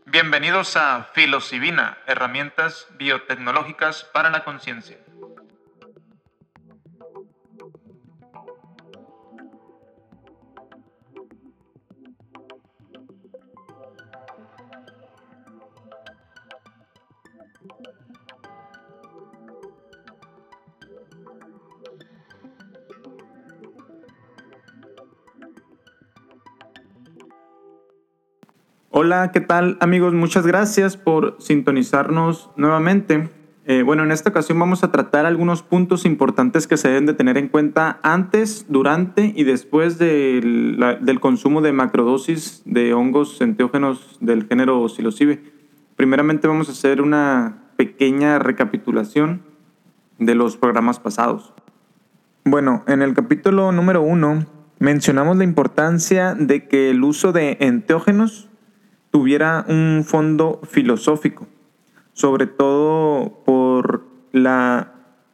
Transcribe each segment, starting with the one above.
Bienvenidos a Filosivina, herramientas biotecnológicas para la conciencia. Hola, ¿qué tal amigos? Muchas gracias por sintonizarnos nuevamente. En esta ocasión vamos a tratar algunos puntos importantes que se deben de tener en cuenta antes, durante y después del consumo de macrodosis de hongos enteógenos del género psilocibe. Primeramente vamos a hacer una pequeña recapitulación de los programas pasados. Bueno, en el capítulo número 1 mencionamos la importancia de que el uso de enteógenos tuviera un fondo filosófico, sobre todo por la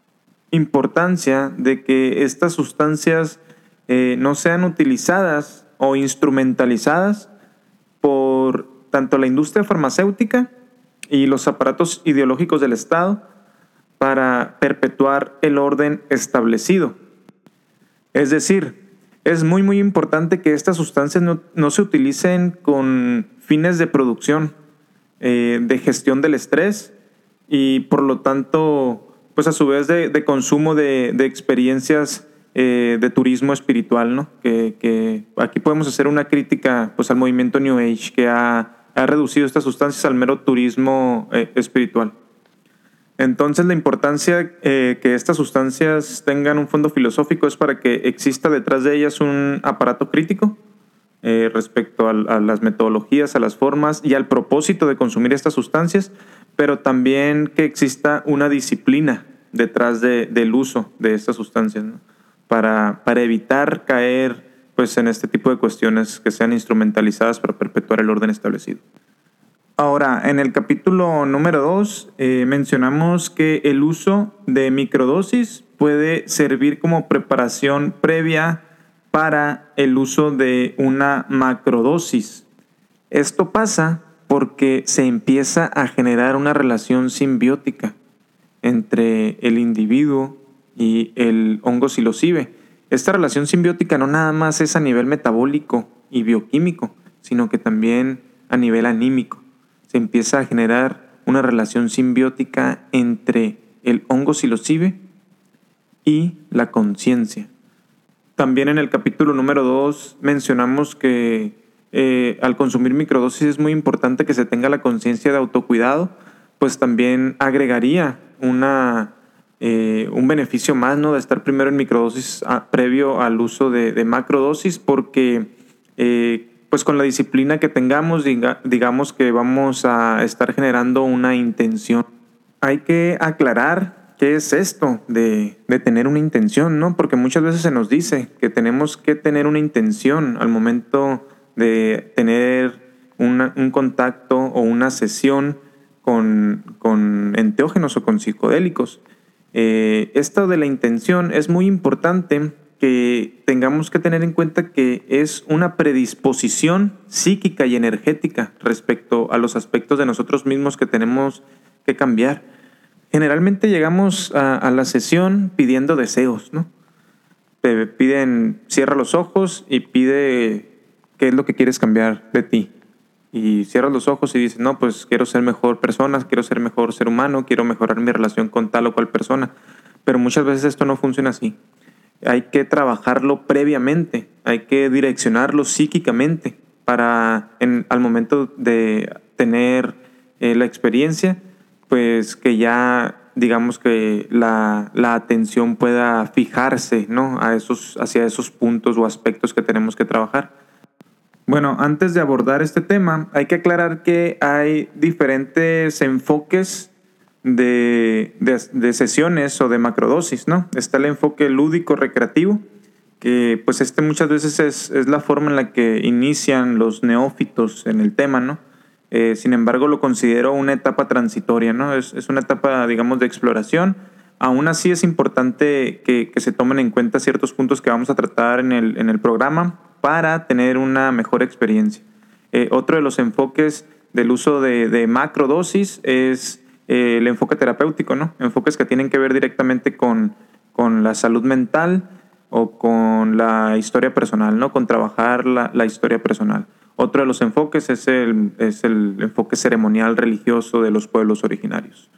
importancia de que estas sustancias no sean utilizadas o instrumentalizadas por tanto la industria farmacéutica y los aparatos ideológicos del Estado para perpetuar el orden establecido. Es decir, es muy importante que estas sustancias no se utilicen con fines de producción, de gestión del estrés y por lo tanto, pues a su vez de consumo de experiencias de turismo espiritual, ¿no? Que aquí podemos hacer una crítica pues al movimiento New Age que ha reducido estas sustancias al mero turismo espiritual. Entonces la importancia que estas sustancias tengan un fondo filosófico es para que exista detrás de ellas un aparato crítico respecto a las metodologías, a las formas y al propósito de consumir estas sustancias, pero también que exista una disciplina detrás del uso de estas sustancias, ¿no? para evitar caer pues, en este tipo de cuestiones que sean instrumentalizadas para perpetuar el orden establecido. Ahora, en el capítulo número 2 mencionamos que el uso de microdosis puede servir como preparación previa para el uso de una macrodosis. Esto pasa porque se empieza a generar una relación simbiótica entre el individuo y el hongo psilocibe. Esta relación simbiótica no nada más es a nivel metabólico y bioquímico, sino que también a nivel anímico. Se empieza a generar una relación simbiótica entre el hongo psilocibe y la conciencia. También en el capítulo número 2 mencionamos que al consumir microdosis es muy importante que se tenga la conciencia de autocuidado, pues también agregaría un beneficio más, ¿no? De estar primero en microdosis previo al uso de macrodosis, porque pues con la disciplina que tengamos, digamos que vamos a estar generando una intención. Hay que aclarar qué es esto de tener una intención, ¿no? Porque muchas veces se nos dice que tenemos que tener una intención al momento de tener un contacto o una sesión con enteógenos o con psicodélicos. Esto de la intención es muy importante que tengamos que tener en cuenta que es una predisposición psíquica y energética respecto a los aspectos de nosotros mismos que tenemos que cambiar. Generalmente llegamos a la sesión pidiendo deseos, ¿no? Te piden, cierra los ojos y pide qué es lo que quieres cambiar de ti. Y cierras los ojos y dices, no, pues quiero ser mejor persona, quiero ser mejor ser humano, quiero mejorar mi relación con tal o cual persona. Pero muchas veces esto no funciona así. Hay que trabajarlo previamente, hay que direccionarlo psíquicamente para al momento de tener la experiencia, pues que ya digamos que la atención pueda fijarse, ¿no? hacia esos puntos o aspectos que tenemos que trabajar. Bueno, antes de abordar este tema, hay que aclarar que hay diferentes enfoques de sesiones o de macrodosis, ¿no? Está el enfoque lúdico recreativo, que pues muchas veces es la forma en la que inician los neófitos en el tema, ¿no? Sin embargo, lo considero una etapa transitoria, ¿no? Es una etapa, digamos, de exploración. Aún así es importante que se tomen en cuenta ciertos puntos que vamos a tratar en el programa para tener una mejor experiencia. Otro de los enfoques del uso de macrodosis es el enfoque terapéutico, ¿no? Enfoques que tienen que ver directamente con la salud mental o con la historia personal, ¿no? Con trabajar la historia personal. Otro de los enfoques es el enfoque ceremonial religioso de los pueblos originarios.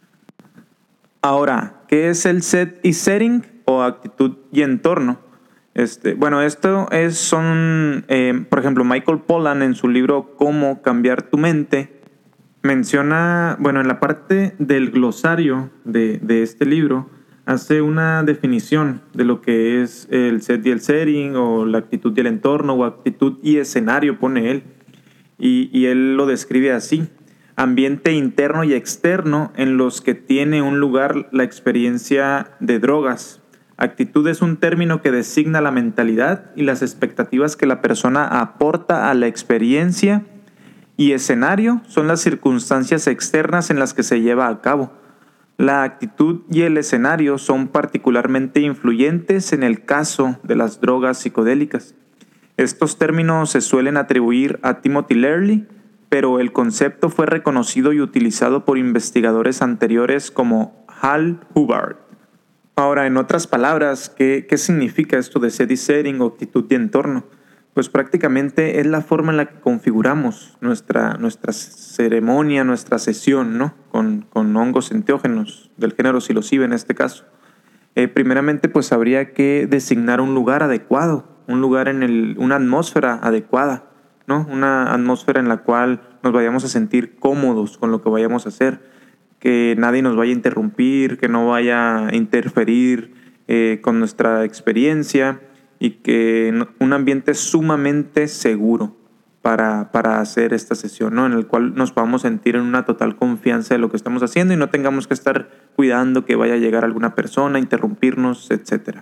Ahora, ¿qué es el set y setting o actitud y entorno? Bueno, esto son, por ejemplo, Michael Pollan en su libro Cómo cambiar tu mente menciona, bueno, en la parte del glosario de este libro hace una definición de lo que es el set y el setting o la actitud y el entorno o actitud y escenario, pone él, y él lo describe así: ambiente interno y externo en los que tiene un lugar la experiencia de drogas. Actitud es un término que designa la mentalidad y las expectativas que la persona aporta a la experiencia, y escenario son las circunstancias externas en las que se lleva a cabo. La actitud y el escenario son particularmente influyentes en el caso de las drogas psicodélicas. Estos términos se suelen atribuir a Timothy Leary, pero el concepto fue reconocido y utilizado por investigadores anteriores como Hal Hubbard. Ahora, en otras palabras, ¿qué significa esto de set y setting o actitud y entorno? Pues prácticamente es la forma en la que configuramos nuestra ceremonia, nuestra sesión, ¿no? Con hongos enteógenos del género psilocibe en este caso. Primeramente, pues habría que designar un lugar adecuado, un lugar una atmósfera adecuada, ¿no? Una atmósfera en la cual nos vayamos a sentir cómodos con lo que vayamos a hacer, que nadie nos vaya a interrumpir, que no vaya a interferir con nuestra experiencia, y que un ambiente sumamente seguro para hacer esta sesión, ¿no? En el cual nos podamos sentir en una total confianza de lo que estamos haciendo y no tengamos que estar cuidando que vaya a llegar alguna persona, interrumpirnos, etc.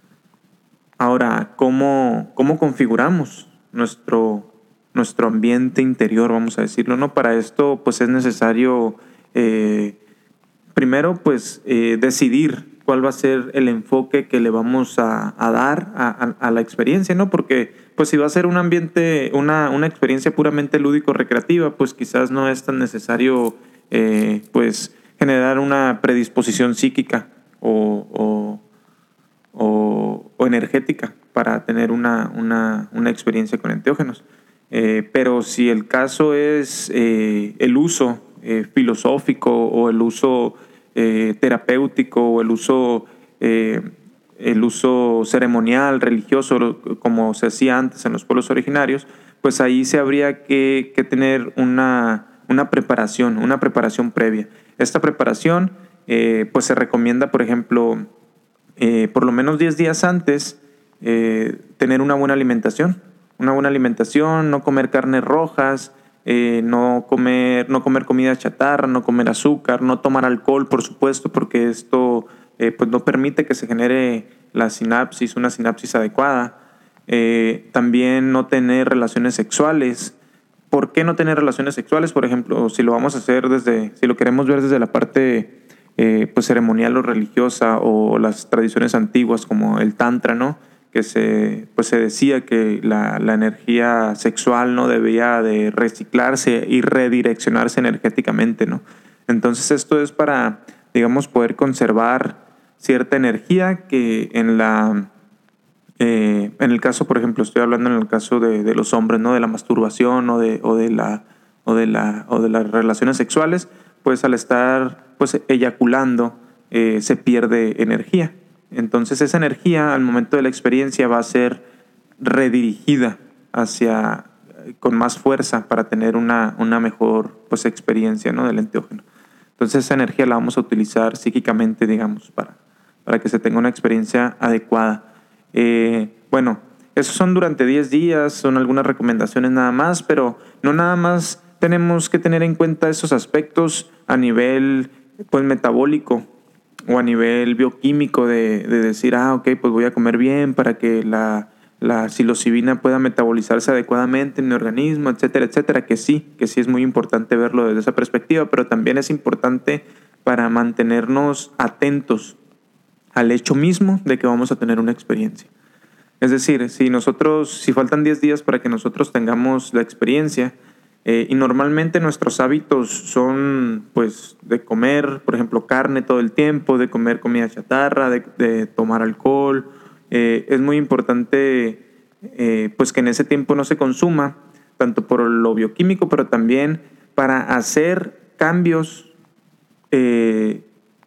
Ahora, ¿cómo configuramos nuestro ambiente interior, vamos a decirlo, ¿no? Para esto, pues es necesario primero, pues decidir cuál va a ser el enfoque que le vamos a dar a la experiencia, ¿no? Porque pues si va a ser un ambiente, una experiencia puramente lúdico-recreativa, pues quizás no es tan necesario pues generar una predisposición psíquica o energética para tener una experiencia con enteógenos. Pero si el caso es el uso filosófico o el uso terapéutico o el uso ceremonial, religioso, como se hacía antes en los pueblos originarios, pues ahí se habría que tener una preparación previa. Esta preparación pues se recomienda, por ejemplo, por lo menos 10 días antes, tener una buena alimentación, no comer carnes rojas, no comer comida chatarra, no comer azúcar, no tomar alcohol, por supuesto, porque esto pues no permite que se genere una sinapsis adecuada. También no tener relaciones sexuales. ¿Por qué no tener relaciones sexuales? Por ejemplo, si lo vamos a hacer si lo queremos ver desde la parte pues ceremonial o religiosa, o las tradiciones antiguas como el tantra, ¿no? Que se decía que la energía sexual no debía de reciclarse y redireccionarse energéticamente, ¿no? Entonces esto es para, digamos, poder conservar cierta energía que en el caso, por ejemplo, estoy hablando en el caso de los hombres, ¿no? De la masturbación o de las relaciones sexuales, pues al estar pues eyaculando se pierde energía. Entonces esa energía al momento de la experiencia va a ser redirigida con más fuerza para tener una mejor pues experiencia, ¿no? Del enteógeno. Entonces esa energía la vamos a utilizar psíquicamente, digamos, para que se tenga una experiencia adecuada. Bueno, esos son durante 10 días, son algunas recomendaciones nada más, pero no nada más tenemos que tener en cuenta esos aspectos a nivel pues metabólico o a nivel bioquímico de decir, ok, pues voy a comer bien para que la psilocibina pueda metabolizarse adecuadamente en mi organismo, etcétera, etcétera, que sí es muy importante verlo desde esa perspectiva, pero también es importante para mantenernos atentos al hecho mismo de que vamos a tener una experiencia. Es decir, si faltan 10 días para que nosotros tengamos la experiencia, Y normalmente nuestros hábitos son pues de comer, por ejemplo, carne todo el tiempo, de comer comida chatarra, de tomar alcohol. Es muy importante pues que en ese tiempo no se consuma, tanto por lo bioquímico, pero también para hacer cambios en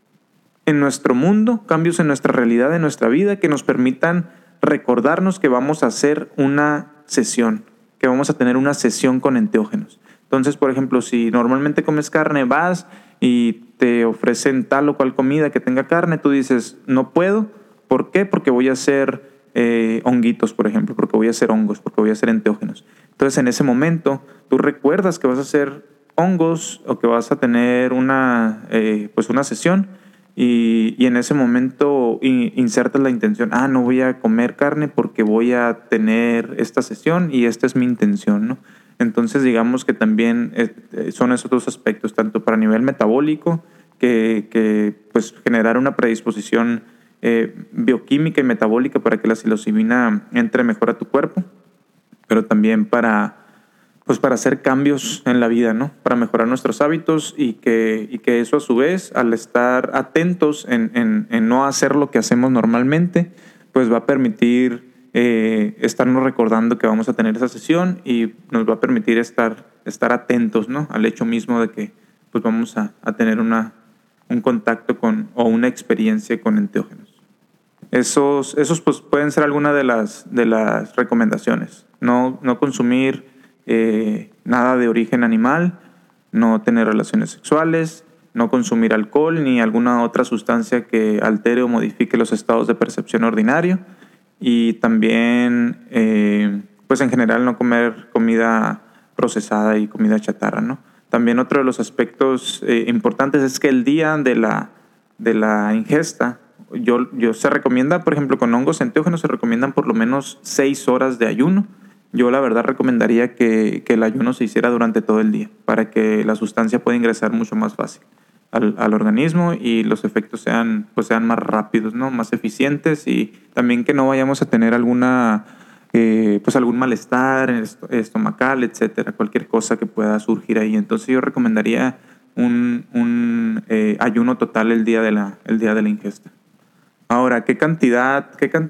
nuestro mundo, cambios en nuestra realidad, en nuestra vida, que nos permitan recordarnos que vamos a hacer una sesión, que vamos a tener una sesión con enteógenos. Entonces, por ejemplo, si normalmente comes carne, vas y te ofrecen tal o cual comida que tenga carne, tú dices, no puedo. ¿Por qué? Porque voy a hacer honguitos, por ejemplo, porque voy a hacer hongos, porque voy a hacer enteógenos. Entonces, en ese momento, tú recuerdas que vas a hacer hongos o que vas a tener pues una sesión y en ese momento insertas la intención, no voy a comer carne porque voy a tener esta sesión y esta es mi intención, ¿no? Entonces, digamos que también son esos dos aspectos, tanto para nivel metabólico, que pues generar una predisposición bioquímica y metabólica para que la psilocibina entre mejor a tu cuerpo, pero también para hacer cambios en la vida, ¿no? Para mejorar nuestros hábitos y que eso a su vez, al estar atentos en no hacer lo que hacemos normalmente, pues va a permitir estarnos recordando que vamos a tener esa sesión y nos va a permitir estar atentos, ¿no? Al hecho mismo de que pues vamos a tener un contacto o una experiencia con enteógenos. Esos pues pueden ser algunas de las recomendaciones. No consumir nada de origen animal, no tener relaciones sexuales, no consumir alcohol ni alguna otra sustancia que altere o modifique los estados de percepción ordinario y también pues en general no comer comida procesada y comida chatarra, ¿no? También otro de los aspectos importantes es que el día de la ingesta se recomienda, por ejemplo, con hongos enteógenos se recomiendan por lo menos 6 horas de ayuno. Yo la verdad recomendaría que el ayuno se hiciera durante todo el día para que la sustancia pueda ingresar mucho más fácil al organismo y los efectos sean más rápidos, ¿no? Más eficientes y también que no vayamos a tener algún malestar estomacal, etcétera, cualquier cosa que pueda surgir ahí. Entonces yo recomendaría un ayuno total el día de la ingesta. Ahora, ¿qué cantidad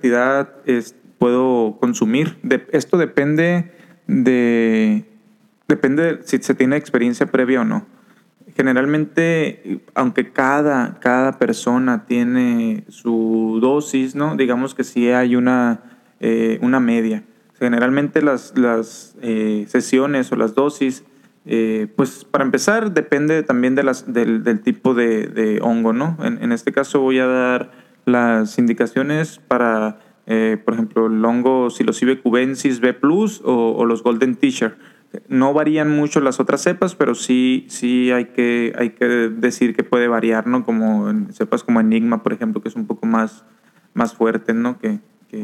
puedo consumir? Esto depende de si se tiene experiencia previa o no. Generalmente, aunque cada persona tiene su dosis, ¿no? Digamos que sí hay una media. Generalmente las sesiones o las dosis, pues para empezar, depende también del tipo de hongo, ¿no? En este caso voy a dar las indicaciones para, por ejemplo, el hongo Psilocybe cubensis B+, o los Golden Teacher. No varían mucho las otras cepas, pero sí hay que decir que puede variar, ¿no? Como en cepas como Enigma, por ejemplo, que es un poco más fuerte, ¿no? Que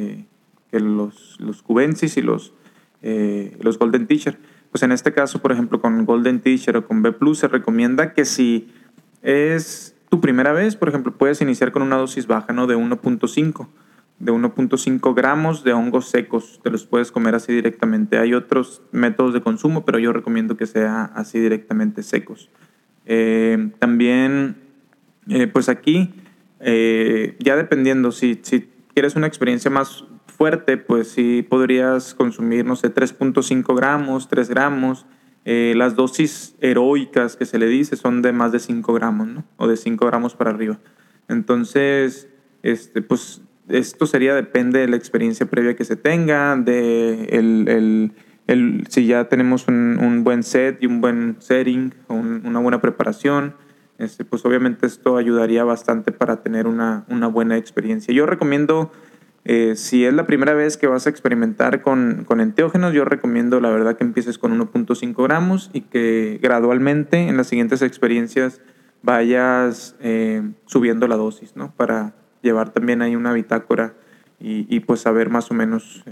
los cubensis y los Golden Teacher. Pues en este caso, por ejemplo, con Golden Teacher o con B+, se recomienda que si es tu primera vez, por ejemplo, puedes iniciar con una dosis baja, ¿no? De 1.5 gramos de hongos secos. Te los puedes comer así directamente. Hay otros métodos de consumo, pero yo recomiendo que sea así directamente secos. También, pues aquí, ya dependiendo, si quieres una experiencia más fuerte, pues sí podrías consumir, no sé, 3.5 gramos, 3 gramos. Las dosis heroicas que se le dice son de más de 5 gramos, ¿no? O de 5 gramos para arriba. Entonces, pues esto depende de la experiencia previa que se tenga, si ya tenemos un buen set y un buen setting, una buena preparación, pues obviamente esto ayudaría bastante para tener una buena experiencia. Yo recomiendo, si es la primera vez que vas a experimentar con enteógenos, yo recomiendo la verdad que empieces con 1.5 gramos y que gradualmente en las siguientes experiencias vayas subiendo la dosis, ¿no? Para llevar también ahí una bitácora y pues saber más o menos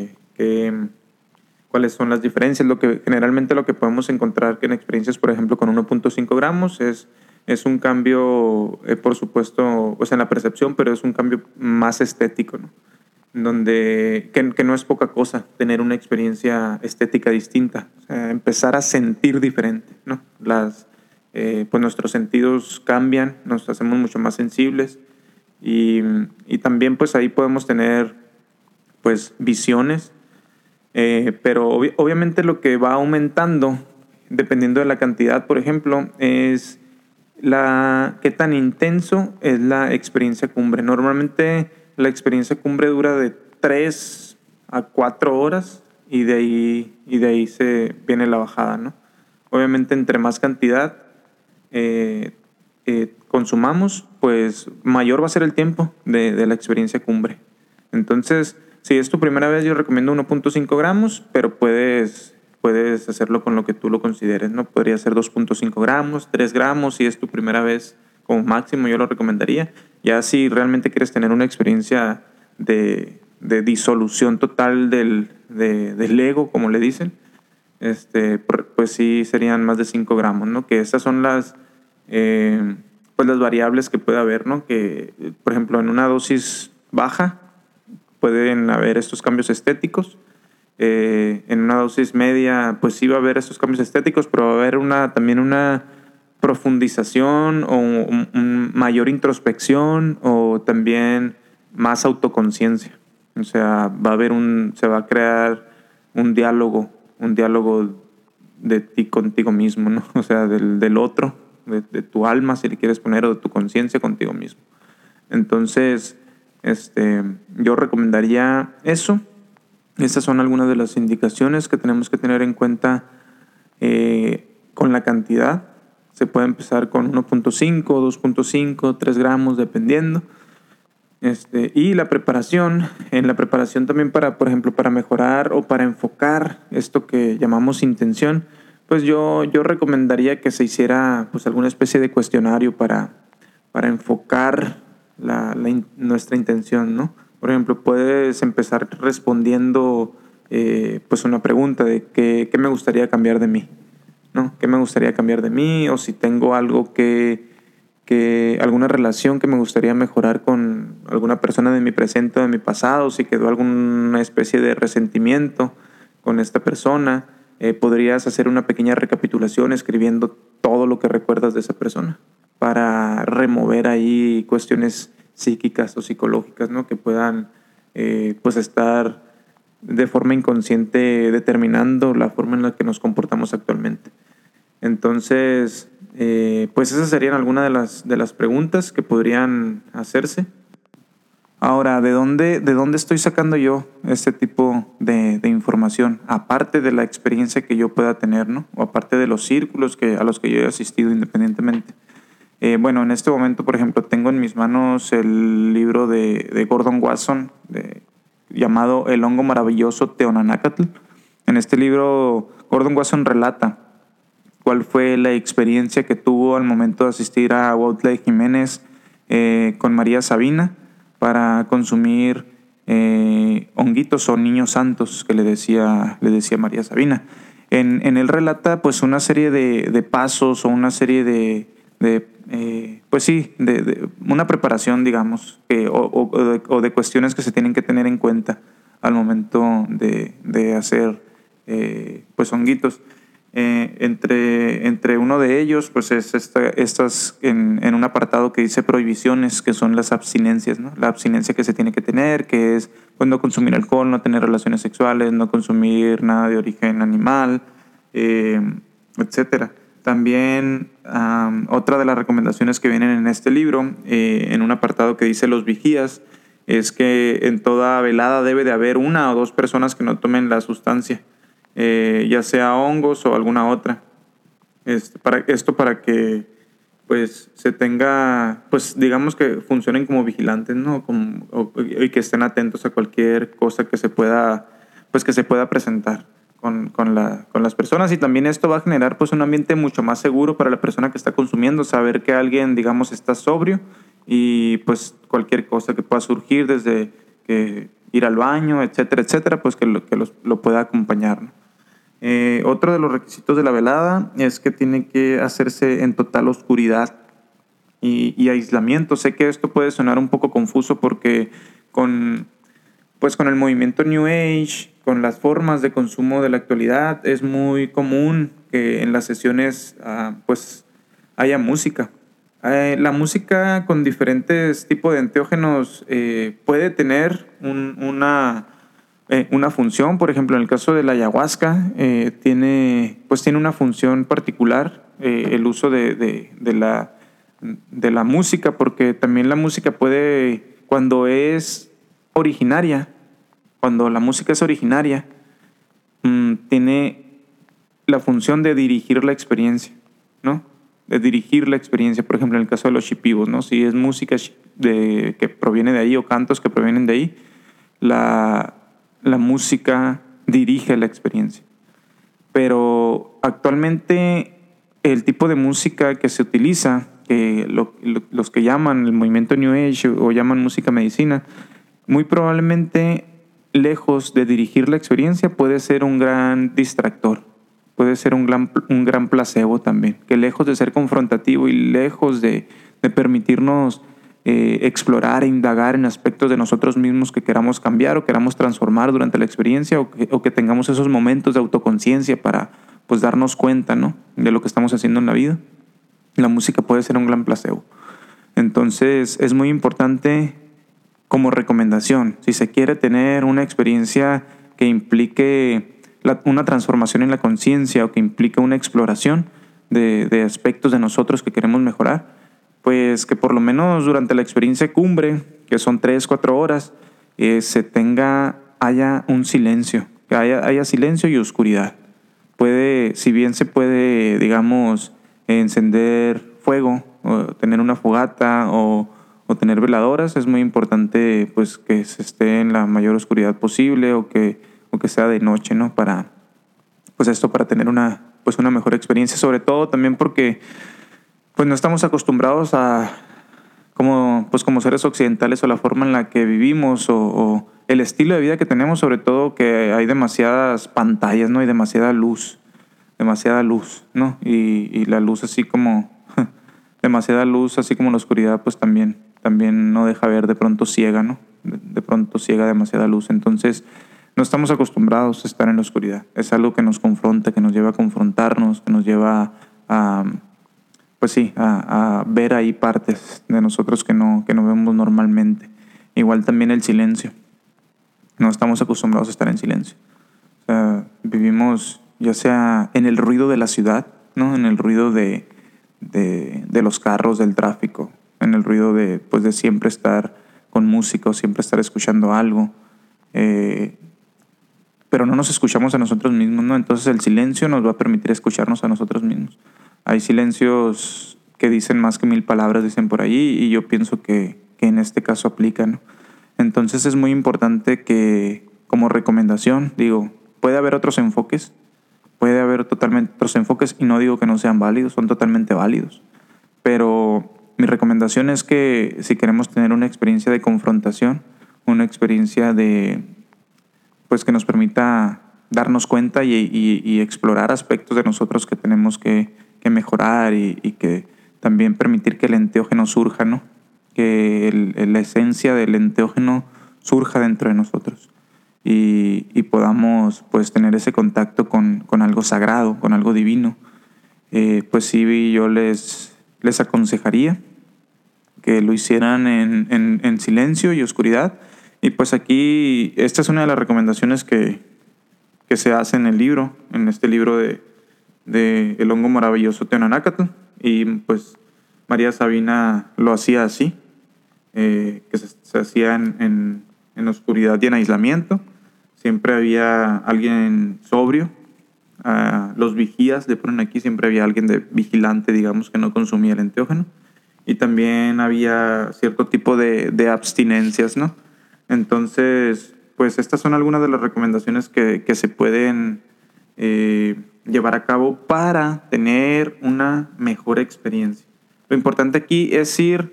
cuáles son las diferencias. Generalmente lo que podemos encontrar en experiencias, por ejemplo, con 1.5 gramos es un cambio, por supuesto, pues en la percepción, pero es un cambio más estético, ¿no? que no es poca cosa tener una experiencia estética distinta, o sea, empezar a sentir diferente, ¿no? Pues nuestros sentidos cambian, nos hacemos mucho más sensibles y también pues ahí podemos tener pues visiones, pero obviamente lo que va aumentando dependiendo de la cantidad, por ejemplo, es qué tan intenso es la experiencia cumbre. Normalmente la experiencia cumbre dura de 3 a 4 horas y de ahí se viene la bajada, ¿no? Obviamente entre más cantidad consumamos, pues mayor va a ser el tiempo de la experiencia cumbre. Entonces, si es tu primera vez, yo recomiendo 1.5 gramos, pero puedes hacerlo con lo que tú lo consideres, ¿no? Podría ser 2.5 gramos, 3 gramos, si es tu primera vez como máximo, yo lo recomendaría. Ya si realmente quieres tener una experiencia de disolución total del ego, como le dicen, pues sí serían más de 5 gramos, ¿no? Que esas son pues las variables que puede haber, ¿no? Que, por ejemplo, en una dosis baja pueden haber estos cambios estéticos. En una dosis media, pues sí va a haber estos cambios estéticos, pero va a haber también una profundización o mayor introspección o también más autoconciencia. O sea, se va a crear un diálogo de ti contigo mismo, ¿no? O sea, del otro, de tu alma, si le quieres poner, o de tu conciencia contigo mismo. Entonces, yo recomendaría eso. Estas son algunas de las indicaciones que tenemos que tener en cuenta con la cantidad. Se puede empezar con 1.5, 2.5, 3 gramos, dependiendo. Y la preparación. En la preparación también por ejemplo, para mejorar o para enfocar esto que llamamos intención, pues yo recomendaría que se hiciera pues alguna especie de cuestionario para enfocar nuestra intención, ¿no? Por ejemplo, puedes empezar respondiendo pues una pregunta de qué me gustaría cambiar de mí, ¿no? ¿Qué me gustaría cambiar de mí? O si tengo algo alguna relación que me gustaría mejorar con alguna persona de mi presente o de mi pasado, si quedó alguna especie de resentimiento con esta persona, podrías hacer una pequeña recapitulación escribiendo todo lo que recuerdas de esa persona para remover ahí cuestiones psíquicas o psicológicas, ¿no? Que puedan pues estar de forma inconsciente determinando la forma en la que nos comportamos actualmente. Entonces, pues esas serían algunas de las preguntas que podrían hacerse. Ahora, ¿de dónde estoy sacando yo este tipo de información? Aparte de la experiencia que yo pueda tener, ¿no? O aparte de los círculos a los que yo he asistido independientemente. Bueno, en este momento, por ejemplo, tengo en mis manos el libro de Gordon Wasson llamado El hongo maravilloso Teonanácatl. En este libro, Gordon Wasson relata cuál fue la experiencia que tuvo al momento de asistir a Huautla Jiménez con María Sabina para consumir honguitos o niños santos que le decía María Sabina. En él relata pues una serie de pasos o una serie pues sí, de una preparación, digamos, o de cuestiones que se tienen que tener en cuenta al momento de hacer pues honguitos. Entre uno de ellos, pues es estas en un apartado que dice prohibiciones, que son las abstinencias, ¿no? La abstinencia que se tiene que tener, que es pues, no consumir alcohol, no tener relaciones sexuales, no consumir nada de origen animal, etcétera. También otra de las recomendaciones que vienen en este libro, en un apartado que dice los vigías, es que en toda velada debe de haber 1 o 2 personas que no tomen la sustancia, ya sea hongos o alguna otra. Para que pues se tenga, pues digamos que funcionen como vigilantes, ¿no? Y que estén atentos a cualquier cosa que se pueda presentar con las personas, y también esto va a generar pues un ambiente mucho más seguro para la persona que está consumiendo, saber que alguien, digamos, está sobrio y pues cualquier cosa que pueda surgir, desde que ir al baño, etcétera, etcétera, pues que lo pueda acompañar, ¿no? Otro de los requisitos de la velada es que tiene que hacerse en total oscuridad y aislamiento. Sé que esto puede sonar un poco confuso porque con pues con el movimiento New Age, con las formas de consumo de la actualidad, es muy común que en las sesiones pues haya música. La música con diferentes tipos de enteógenos puede tener una función. Por ejemplo, en el caso de la ayahuasca, tiene una función particular, el uso de la música, porque también la música puede, cuando es originaria, cuando la música es originaria, tiene la función de dirigir la experiencia, ¿no? De dirigir la experiencia, por ejemplo, en el caso de los shipibos, ¿no? Si es música que proviene de ahí o cantos que provienen de ahí, la música dirige la experiencia. Pero actualmente el tipo de música que se utiliza, los que llaman el movimiento New Age o llaman música medicina, muy probablemente, lejos de dirigir la experiencia, puede ser un gran distractor, puede ser un gran placebo también, que lejos de ser confrontativo y lejos de permitirnos explorar e indagar en aspectos de nosotros mismos que queramos cambiar o queramos transformar durante la experiencia, o que tengamos esos momentos de autoconciencia para pues darnos cuenta, ¿no?, de lo que estamos haciendo en la vida. La música puede ser un gran placebo. Entonces es muy importante, como recomendación, si se quiere tener una experiencia que implique una transformación en la conciencia o que implique una exploración de aspectos de nosotros que queremos mejorar, pues que por lo menos durante la experiencia cumbre, que son 3-4 horas, haya un silencio, que haya silencio y oscuridad. Si bien se puede, digamos, encender fuego, o tener una fogata o tener veladoras, es muy importante pues que se esté en la mayor oscuridad posible, o que sea de noche, ¿no? Para tener una mejor experiencia, sobre todo también porque pues no estamos acostumbrados como seres occidentales, o la forma en la que vivimos, o el estilo de vida que tenemos, sobre todo que hay demasiadas pantallas, ¿no? Y demasiada luz, ¿no? Y la luz así como demasiada luz, así como la oscuridad, pues también no deja ver, de pronto ciega, ¿no? De pronto ciega demasiada luz. Entonces no estamos acostumbrados a estar en la oscuridad. Es algo que nos confronta, que nos lleva a confrontarnos, que nos lleva a ver ahí partes de nosotros que no vemos normalmente. Igual también el silencio. No estamos acostumbrados a estar en silencio. O sea, vivimos ya sea en el ruido de la ciudad, ¿no? En el ruido de los carros, del tráfico, en el ruido de siempre estar con música, siempre estar escuchando algo. Pero no nos escuchamos a nosotros mismos, ¿no? Entonces el silencio nos va a permitir escucharnos a nosotros mismos. Hay silencios que dicen más que 1000 palabras, dicen por ahí, y yo pienso que en este caso aplica, ¿no? Entonces es muy importante que, como recomendación, digo, puede haber otros enfoques, y no digo que no sean válidos, son totalmente válidos. Pero mi recomendación es que si queremos tener una experiencia de confrontación, una experiencia que nos permita darnos cuenta y explorar aspectos de nosotros que tenemos que mejorar, y que también permitir que el enteógeno surja, ¿no? Que la esencia del enteógeno surja dentro de nosotros, y podamos pues tener ese contacto con algo sagrado, con algo divino. Pues sí, yo les aconsejaría que lo hicieran en silencio y oscuridad. Y pues aquí, esta es una de las recomendaciones que se hace en el libro, en este libro de El hongo maravilloso Teonanácatl. Y pues María Sabina lo hacía así, que se hacía en oscuridad y en aislamiento. Siempre había alguien sobrio. Los vigías, le ponen aquí, siempre había alguien de vigilante, digamos, que no consumía el enteógeno. Y también había cierto tipo de abstinencias, ¿no? Entonces, pues estas son algunas de las recomendaciones que se pueden llevar a cabo para tener una mejor experiencia. Lo importante aquí es ir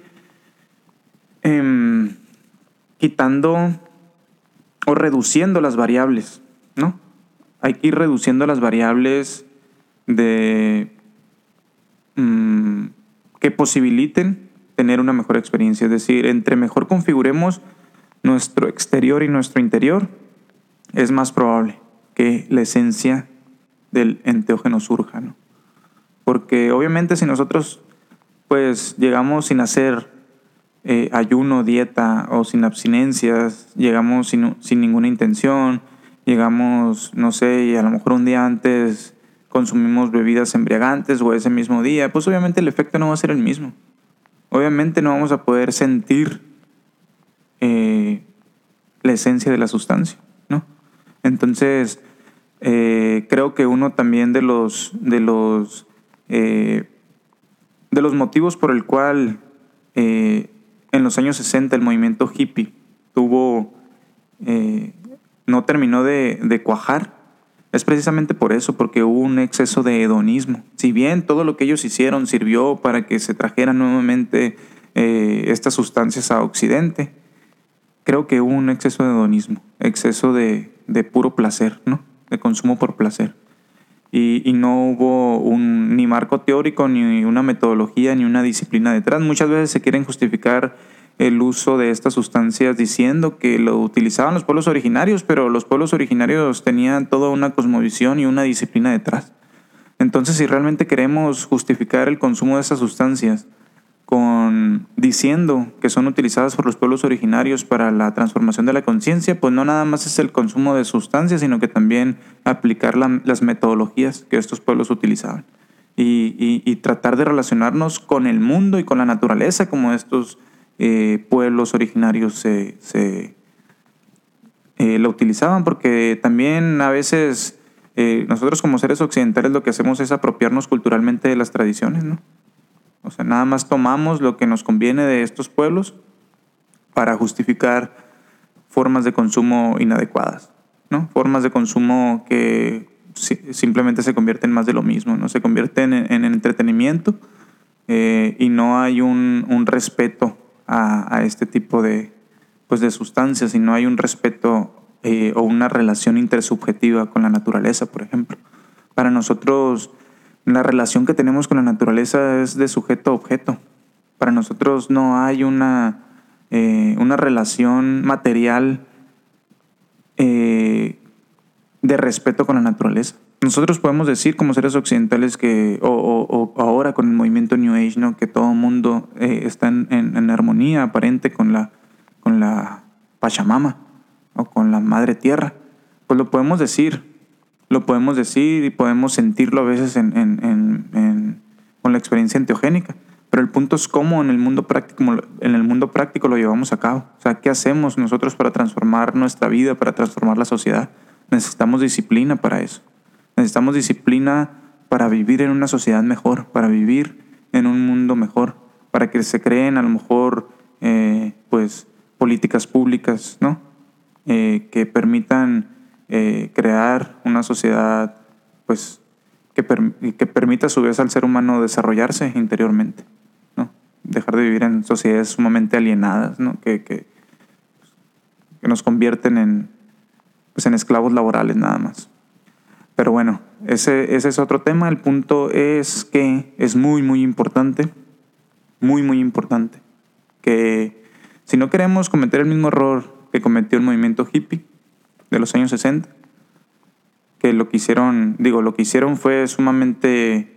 quitando o reduciendo las variables, ¿no? Hay que ir reduciendo las variables que posibiliten tener una mejor experiencia. Es decir, entre mejor configuremos nuestro exterior y nuestro interior, es más probable que la esencia del enteógeno surja, ¿no? Porque obviamente si nosotros pues llegamos sin hacer ayuno, dieta o sin abstinencias, llegamos sin ninguna intención, llegamos, no sé, y a lo mejor un día antes consumimos bebidas embriagantes o ese mismo día, pues obviamente el efecto no va a ser el mismo. Obviamente no vamos a poder sentir la esencia de la sustancia, ¿no? Entonces, creo que uno también de los motivos por el cual en los años 60 el movimiento hippie no terminó de cuajar, es precisamente por eso, porque hubo un exceso de hedonismo. Si bien todo lo que ellos hicieron sirvió para que se trajeran nuevamente estas sustancias a Occidente, creo que hubo un exceso de hedonismo, exceso de puro placer, ¿no? De consumo por placer. Y no hubo ni marco teórico, ni una metodología, ni una disciplina detrás. Muchas veces se quieren justificar el uso de estas sustancias diciendo que lo utilizaban los pueblos originarios, pero los pueblos originarios tenían toda una cosmovisión y una disciplina detrás. Entonces, si realmente queremos justificar el consumo de esas sustancias diciendo que son utilizadas por los pueblos originarios para la transformación de la conciencia, pues no nada más es el consumo de sustancias, sino que también aplicar las metodologías que estos pueblos utilizaban y tratar de relacionarnos con el mundo y con la naturaleza como estos pueblos originarios lo utilizaban, porque también a veces nosotros como seres occidentales lo que hacemos es apropiarnos culturalmente de las tradiciones, ¿no? O sea, nada más tomamos lo que nos conviene de estos pueblos para justificar formas de consumo inadecuadas, ¿no? Formas de consumo que simplemente se convierten más de lo mismo, ¿no? Se convierten en entretenimiento y no hay un respeto a este tipo de sustancias, y no hay un respeto o una relación intersubjetiva con la naturaleza, por ejemplo. Para nosotros, la relación que tenemos con la naturaleza es de sujeto a objeto. Para nosotros no hay una relación material de respeto con la naturaleza. Nosotros podemos decir como seres occidentales que, o ahora con el movimiento New Age, ¿no? Que todo el mundo está en armonía aparente con la Pachamama o con la Madre Tierra. Pues lo podemos decir y podemos sentirlo a veces con la experiencia enteogénica. Pero el punto es cómo en el mundo práctico lo llevamos a cabo. O sea, ¿qué hacemos nosotros para transformar nuestra vida, para transformar la sociedad? Necesitamos disciplina para eso. Necesitamos disciplina para vivir en una sociedad mejor, para vivir en un mundo mejor, para que se creen a lo mejor políticas públicas, ¿no? Que permitan crear una sociedad que permita a su vez al ser humano desarrollarse interiormente, ¿no? Dejar de vivir en sociedades sumamente alienadas, ¿no? Que nos convierten en esclavos laborales nada más. Pero bueno, ese es otro tema. El punto es que es muy, muy importante, que si no queremos cometer el mismo error que cometió el movimiento hippie de los años 60, que lo que hicieron fue sumamente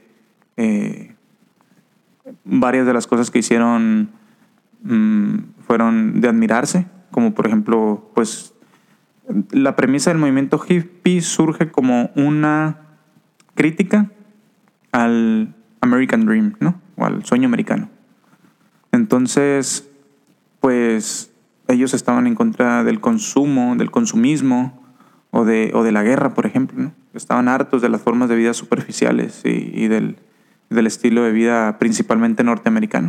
varias de las cosas que hicieron fueron de admirarse, como por ejemplo, pues la premisa del movimiento hippie surge como una crítica al American Dream, ¿no? O al sueño americano. Entonces, pues ellos estaban en contra del consumo, del consumismo o de la guerra, por ejemplo, ¿no? Estaban hartos de las formas de vida superficiales y del estilo de vida principalmente norteamericano.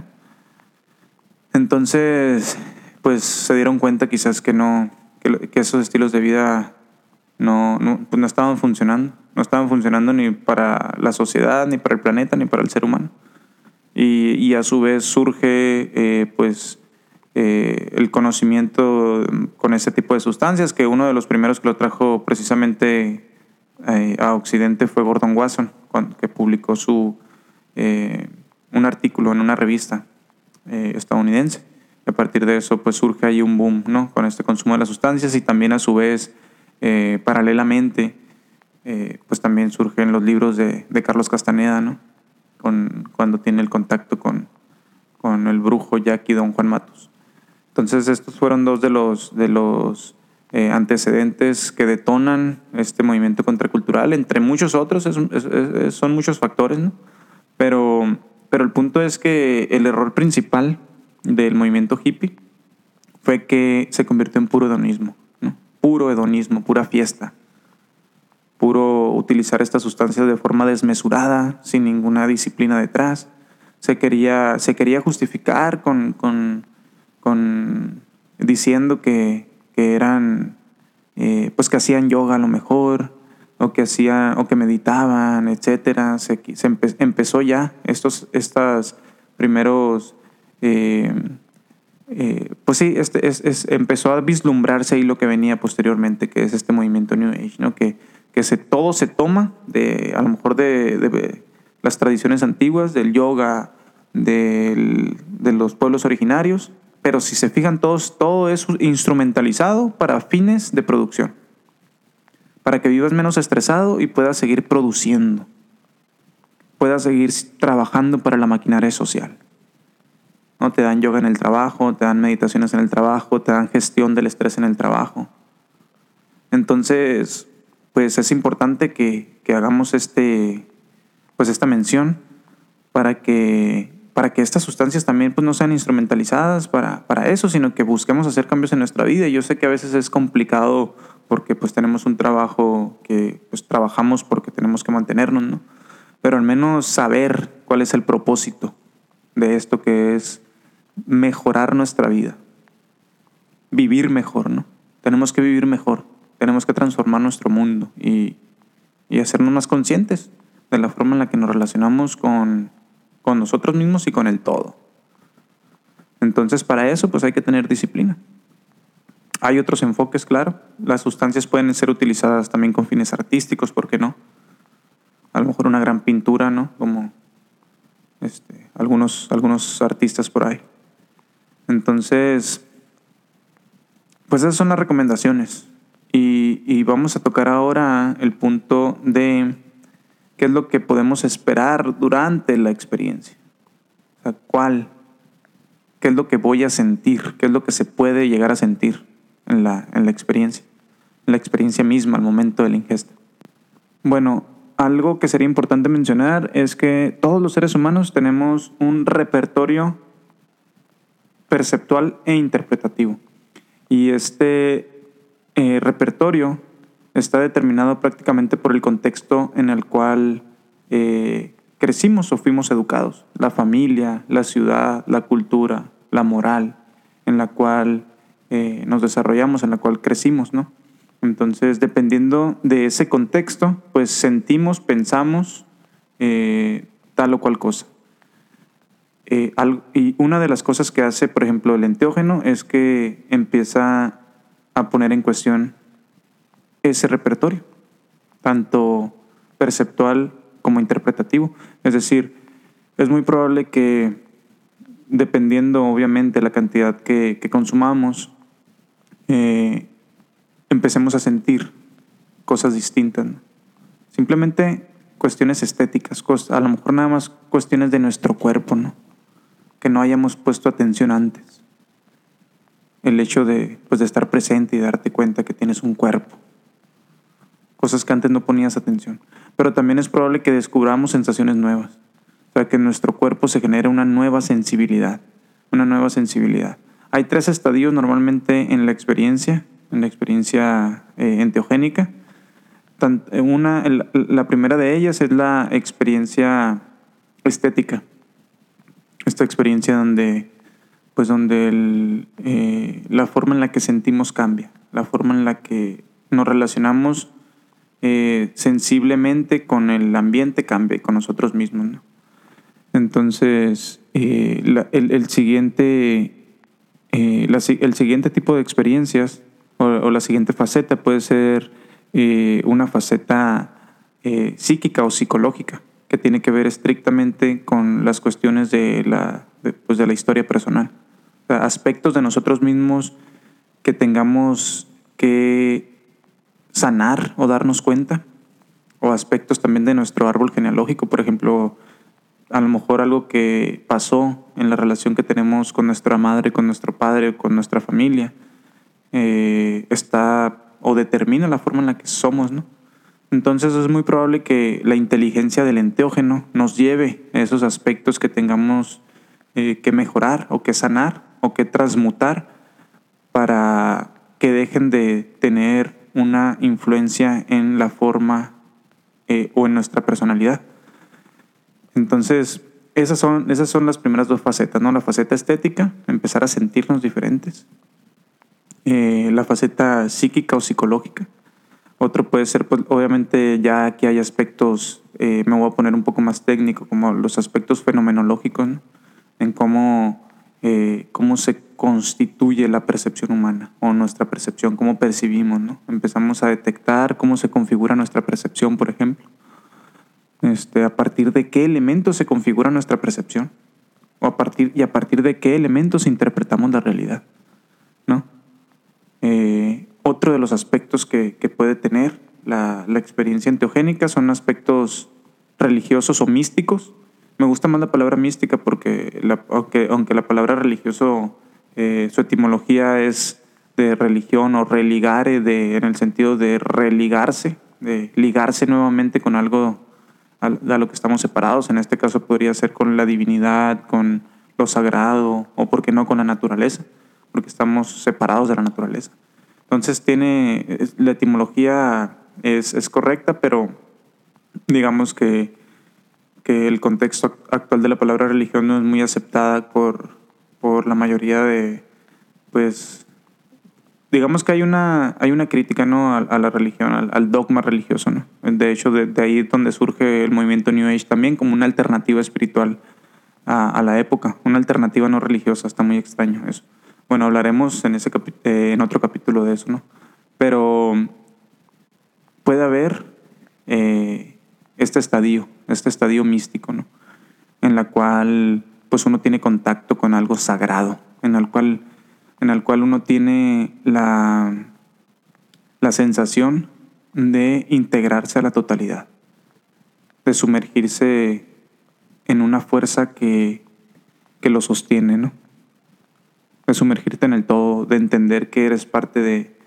Entonces, pues se dieron cuenta quizás que esos estilos de vida no estaban funcionando. No estaban funcionando ni para la sociedad, ni para el planeta, ni para el ser humano. Y a su vez surge el conocimiento con ese tipo de sustancias, que uno de los primeros que lo trajo precisamente a Occidente fue Gordon Wasson, que publicó un artículo en una revista estadounidense. Y a partir de eso pues surge ahí un boom, ¿no? Con este consumo de las sustancias, y también a su vez, paralelamente, pues también surgen los libros de Carlos Castaneda, ¿no? Cuando tiene el contacto con el brujo Jack y don Juan Matus. Entonces estos fueron dos de los antecedentes que detonan este movimiento contracultural, entre muchos otros. Son muchos factores, ¿no? Pero el punto es que el error principal del movimiento hippie fue que se convirtió en puro hedonismo, ¿no? Puro hedonismo, pura fiesta, puro utilizar estas sustancias de forma desmesurada, sin ninguna disciplina detrás. Se quería justificar con diciendo que eran, pues que hacían yoga a lo mejor, o que meditaban, etcétera. Empezó ya estos primeros, pues sí, empezó a vislumbrarse ahí lo que venía posteriormente, que es este movimiento New Age, ¿no? Que todo se toma a lo mejor de las tradiciones antiguas, del yoga, de los pueblos originarios, pero si se fijan todo es instrumentalizado para fines de producción, para que vivas menos estresado y puedas seguir produciendo, puedas seguir trabajando para la maquinaria social, ¿no? Te dan yoga en el trabajo, te dan meditaciones en el trabajo, te dan gestión del estrés en el trabajo. Entonces, pues es importante que hagamos esta mención para que estas sustancias también pues no sean instrumentalizadas para eso, sino que busquemos hacer cambios en nuestra vida. Y yo sé que a veces es complicado porque pues tenemos un trabajo que pues trabajamos porque tenemos que mantenernos, ¿no? Pero al menos saber cuál es el propósito de esto, que es mejorar nuestra vida, vivir mejor, ¿no? Tenemos que vivir mejor, tenemos que transformar nuestro mundo y hacernos más conscientes de la forma en la que nos relacionamos con nosotros mismos y con el todo. Entonces, para eso pues hay que tener disciplina. Hay otros enfoques, claro. Las sustancias pueden ser utilizadas también con fines artísticos, ¿por qué no? A lo mejor una gran pintura, ¿no? Como algunos artistas por ahí. Entonces, pues esas son las recomendaciones. Y vamos a tocar ahora el punto de qué es lo que podemos esperar durante la experiencia. O sea, qué es lo que voy a sentir, qué es lo que se puede llegar a sentir en la experiencia misma, al momento de la ingesta. Bueno, algo que sería importante mencionar es que todos los seres humanos tenemos un repertorio perceptual e interpretativo. Y este repertorio está determinado prácticamente por el contexto en el cual crecimos o fuimos educados. La familia, la ciudad, la cultura, la moral en la cual nos desarrollamos, en la cual crecimos, ¿no? Entonces, dependiendo de ese contexto, pues sentimos, pensamos tal o cual cosa. Y una de las cosas que hace, por ejemplo, el enteógeno es que empieza a poner en cuestión ese repertorio, tanto perceptual como interpretativo. Es decir, es muy probable que, dependiendo obviamente de la cantidad que consumamos, empecemos a sentir cosas distintas, ¿no? Simplemente cuestiones estéticas, a lo mejor nada más cuestiones de nuestro cuerpo, ¿no? Que no hayamos puesto atención antes. El hecho de estar presente y darte cuenta que tienes un cuerpo. Cosas que antes no ponías atención. Pero también es probable que descubramos sensaciones nuevas. O sea, que en nuestro cuerpo se genere una nueva sensibilidad. Hay 3 estadios normalmente en la experiencia enteogénica. La primera de ellas es la experiencia estética. Esta experiencia donde la forma en la que sentimos cambia, la forma en la que nos relacionamos sensiblemente con el ambiente cambia, con nosotros mismos, ¿no? Entonces, el siguiente tipo de experiencias o la siguiente faceta puede ser una faceta psíquica o psicológica, que tiene que ver estrictamente con las cuestiones de la historia personal. O sea, aspectos de nosotros mismos que tengamos que sanar o darnos cuenta, o aspectos también de nuestro árbol genealógico, por ejemplo, a lo mejor algo que pasó en la relación que tenemos con nuestra madre, con nuestro padre, con nuestra familia, está o determina la forma en la que somos, ¿no? Entonces es muy probable que la inteligencia del enteógeno nos lleve a esos aspectos que tengamos que mejorar o que sanar o que transmutar para que dejen de tener una influencia en la forma o en nuestra personalidad. Entonces, esas son las primeras dos facetas, ¿no? La faceta estética, empezar a sentirnos diferentes. La faceta psíquica o psicológica. Otro puede ser, pues, obviamente, ya aquí hay aspectos, me voy a poner un poco más técnico, como los aspectos fenomenológicos, ¿no? En cómo se constituye la percepción humana o nuestra percepción, cómo percibimos, ¿no? Empezamos a detectar cómo se configura nuestra percepción, por ejemplo. A partir de qué elementos se configura nuestra percepción o a partir de qué elementos interpretamos la realidad, ¿no? Otro de los aspectos que puede tener la experiencia enteogénica son aspectos religiosos o místicos. Me gusta más la palabra mística porque aunque la palabra religioso, su etimología es de religión o religare, en el sentido de religarse, de ligarse nuevamente con algo a lo que estamos separados. En este caso podría ser con la divinidad, con lo sagrado o, por qué no, con la naturaleza, porque estamos separados de la naturaleza. Entonces la etimología es correcta, pero digamos que el contexto actual de la palabra religión no es muy aceptada por la mayoría de, pues, digamos que hay una crítica, ¿no? a la religión, al dogma religioso, ¿no? De hecho, de ahí es donde surge el movimiento New Age también como una alternativa espiritual a la época, una alternativa no religiosa. Está muy extraño eso. Bueno, hablaremos en otro capítulo de eso, ¿no? Pero puede haber este estadio místico, ¿no? En la cual pues uno tiene contacto con algo sagrado, en el cual uno tiene la sensación de integrarse a la totalidad, de sumergirse en una fuerza que lo sostiene, ¿no? De sumergirte en el todo, de entender que eres parte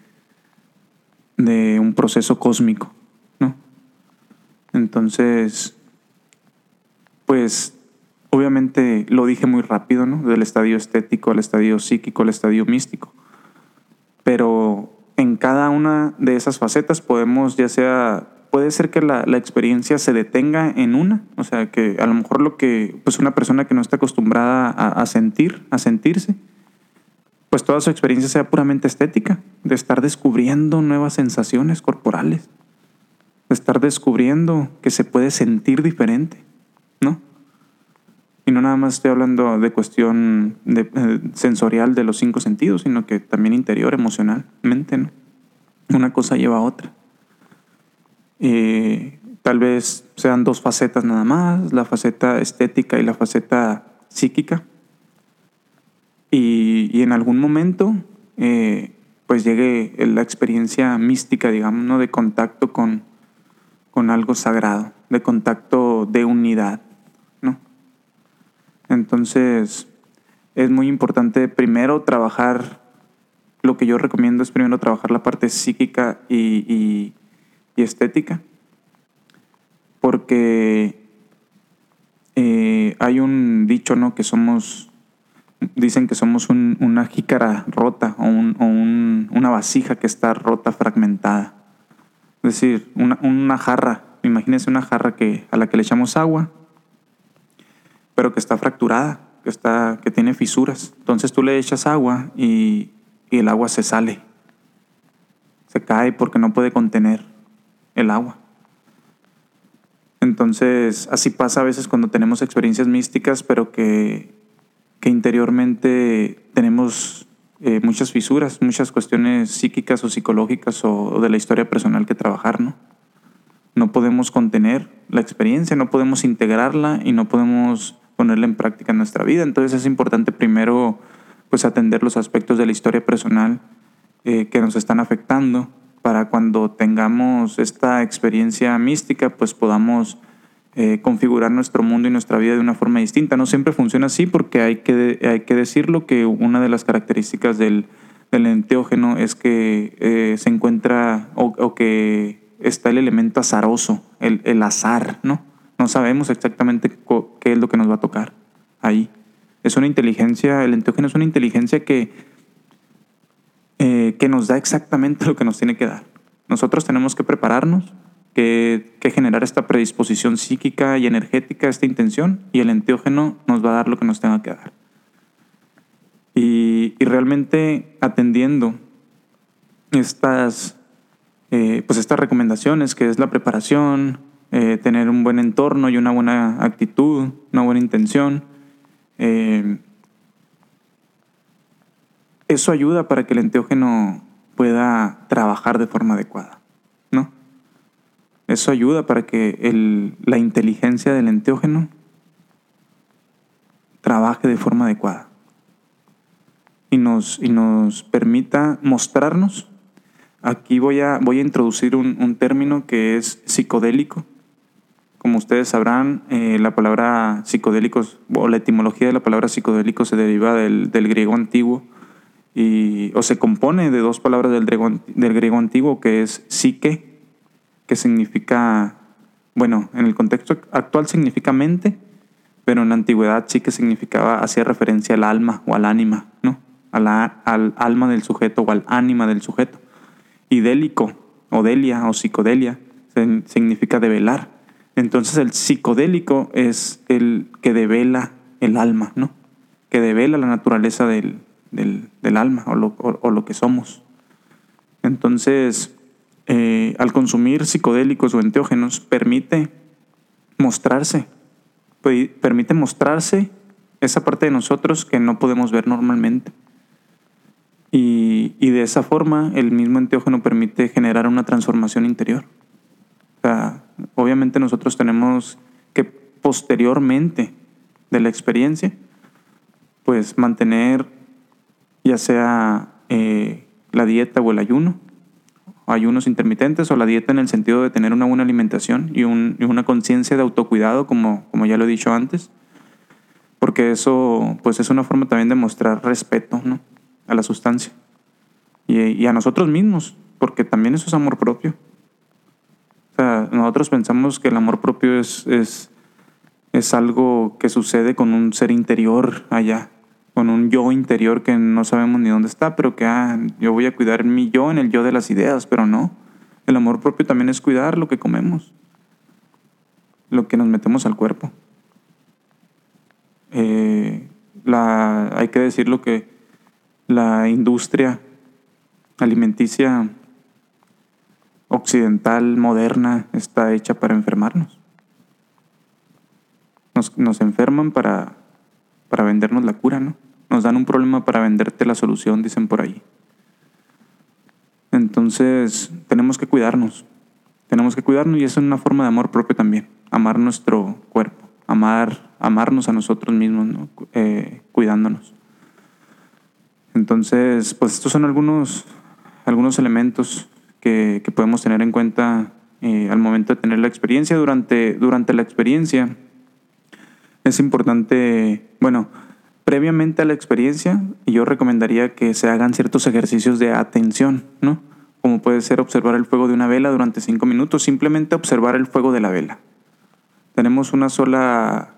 de un proceso cósmico, ¿no? Entonces, pues, obviamente lo dije muy rápido, ¿no? Del estadio estético al estadio psíquico al estadio místico. Pero en cada una de esas facetas puede ser que la experiencia se detenga en una, o sea, que a lo mejor pues una persona que no está acostumbrada a sentirse, pues toda su experiencia sea puramente estética, de estar descubriendo nuevas sensaciones corporales, de estar descubriendo que se puede sentir diferente, ¿no? Y no nada más estoy hablando de cuestión sensorial de los 5 sentidos, sino que también interior, emocionalmente, ¿no? Una cosa lleva a otra. Tal vez sean 2 facetas nada más, la faceta estética y la faceta psíquica. Y en algún momento pues llegue la experiencia mística, digamos, ¿no? De contacto con algo sagrado, de contacto de unidad, ¿no? Entonces es muy importante primero trabajar, lo que yo recomiendo es primero trabajar la parte psíquica y estética, porque hay un dicho, ¿no? Dicen que somos una jícara rota o una vasija que está rota, fragmentada. Es decir, una jarra. Imagínense una jarra a la que le echamos agua, pero que está fracturada, que tiene fisuras. Entonces tú le echas agua y el agua se sale. Se cae porque no puede contener el agua. Entonces, así pasa a veces cuando tenemos experiencias místicas, pero que interiormente tenemos muchas fisuras, muchas cuestiones psíquicas o psicológicas o de la historia personal que trabajar, ¿no? No podemos contener la experiencia, no podemos integrarla y no podemos ponerla en práctica en nuestra vida. Entonces es importante primero pues atender los aspectos de la historia personal que nos están afectando, para cuando tengamos esta experiencia mística, pues podamos configurar nuestro mundo y nuestra vida de una forma distinta. No siempre funciona así, porque hay que decirlo, que una de las características del enteógeno es que se encuentra o que está el elemento azaroso, el azar, ¿no? No sabemos exactamente qué es lo que nos va a tocar ahí. Es una inteligencia, el enteógeno es una inteligencia que nos da exactamente lo que nos tiene que dar. Nosotros tenemos que prepararnos, que generar esta predisposición psíquica y energética, esta intención, y el enteógeno nos va a dar lo que nos tenga que dar. Y realmente atendiendo estas recomendaciones, que es la preparación, tener un buen entorno y una buena actitud, una buena intención, eso ayuda para que el enteógeno pueda trabajar de forma adecuada, ¿no? Eso ayuda para que la inteligencia del enteógeno trabaje de forma adecuada y nos permita mostrarnos. Aquí voy a introducir un término que es psicodélico. Como ustedes sabrán, la palabra psicodélicos, o la etimología de la palabra psicodélico, se deriva del griego antiguo, o se compone de dos palabras del griego antiguo, que es psique, que significa, bueno, en el contexto actual significa mente, pero en la antigüedad psique hacía referencia al alma o al ánima, ¿no? Al alma del sujeto o al ánima del sujeto. Y délico, o delia, o psicodelia, significa develar. Entonces el psicodélico es el que devela el alma, ¿no? Que devela la naturaleza del alma o lo que somos. Entonces, al consumir psicodélicos o enteógenos, permite mostrarse esa parte de nosotros que no podemos ver normalmente. Y de esa forma, el mismo enteógeno permite generar una transformación interior. O sea, obviamente nosotros tenemos que, posteriormente de la experiencia, pues mantener ya sea la dieta o el ayuno, ayunos intermitentes, o la dieta en el sentido de tener una buena alimentación y una conciencia de autocuidado, como ya lo he dicho antes, porque eso pues es una forma también de mostrar respeto, ¿no?, a la sustancia y a nosotros mismos, porque también eso es amor propio. O sea, nosotros pensamos que el amor propio es algo que sucede con un ser interior allá, con un yo interior que no sabemos ni dónde está, pero que yo voy a cuidar mi yo en el yo de las ideas, pero no. El amor propio también es cuidar lo que comemos, lo que nos metemos al cuerpo. Hay que decirlo que la industria alimenticia occidental moderna está hecha para enfermarnos. Nos enferman para vendernos la cura, ¿no? Nos dan un problema para venderte la solución, dicen por ahí. Entonces, tenemos que cuidarnos y eso es una forma de amor propio también. Amar nuestro cuerpo, amarnos a nosotros mismos, ¿no? Cuidándonos. Entonces, pues estos son algunos elementos que podemos tener en cuenta al momento de tener la experiencia. Durante la experiencia es importante, previamente a la experiencia, yo recomendaría que se hagan ciertos ejercicios de atención, ¿no? Como puede ser observar el fuego de una vela durante 5 minutos, simplemente observar el fuego de la vela. Tenemos una sola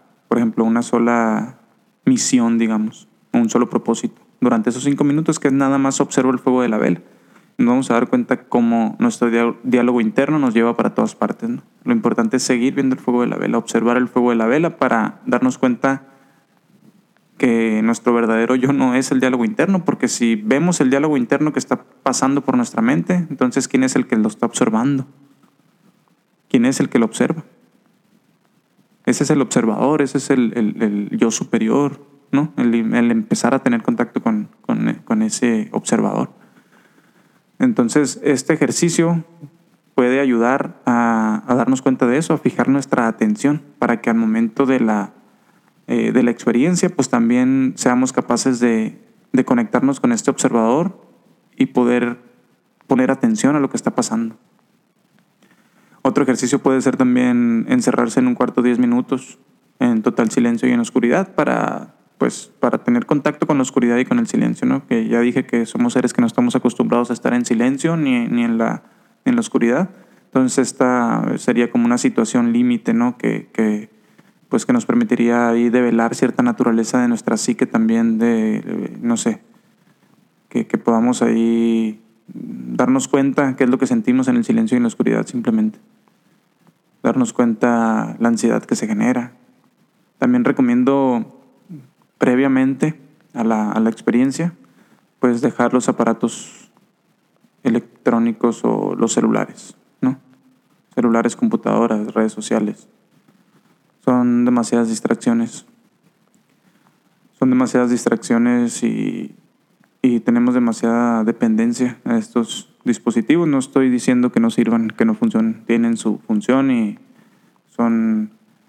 misión, digamos, un solo propósito. Durante esos 5 minutos, que es nada más observo el fuego de la vela, nos vamos a dar cuenta cómo nuestro diálogo interno nos lleva para todas partes, ¿no? Lo importante es seguir viendo el fuego de la vela, observar el fuego de la vela para darnos cuenta que nuestro verdadero yo no es el diálogo interno, porque si vemos el diálogo interno que está pasando por nuestra mente, entonces ¿quién es el que lo está observando? ¿Quién es el que lo observa? Ese es el observador, ese es el yo superior, ¿no? El empezar a tener contacto con ese observador. Entonces, este ejercicio puede ayudar a darnos cuenta de eso, a fijar nuestra atención, para que al momento de la experiencia, pues también seamos capaces de de conectarnos con este observador y poder poner atención a lo que está pasando. Otro ejercicio puede ser también encerrarse en un cuarto 10 minutos en total silencio y en oscuridad para tener contacto con la oscuridad y con el silencio, ¿no? Que ya dije que somos seres que no estamos acostumbrados a estar en silencio ni en la oscuridad. Entonces esta sería como una situación límite, ¿no? Que nos permitiría ahí develar cierta naturaleza de nuestra psique también, no sé, que podamos ahí darnos cuenta qué es lo que sentimos en el silencio y en la oscuridad, simplemente. Darnos cuenta la ansiedad que se genera. También recomiendo previamente a la experiencia, pues dejar los aparatos electrónicos o los celulares, ¿no? Celulares, computadoras, redes sociales. Son demasiadas distracciones. Son demasiadas distracciones y tenemos demasiada dependencia a estos dispositivos. No estoy diciendo que no sirvan, que no funcionen. Tienen su función y son,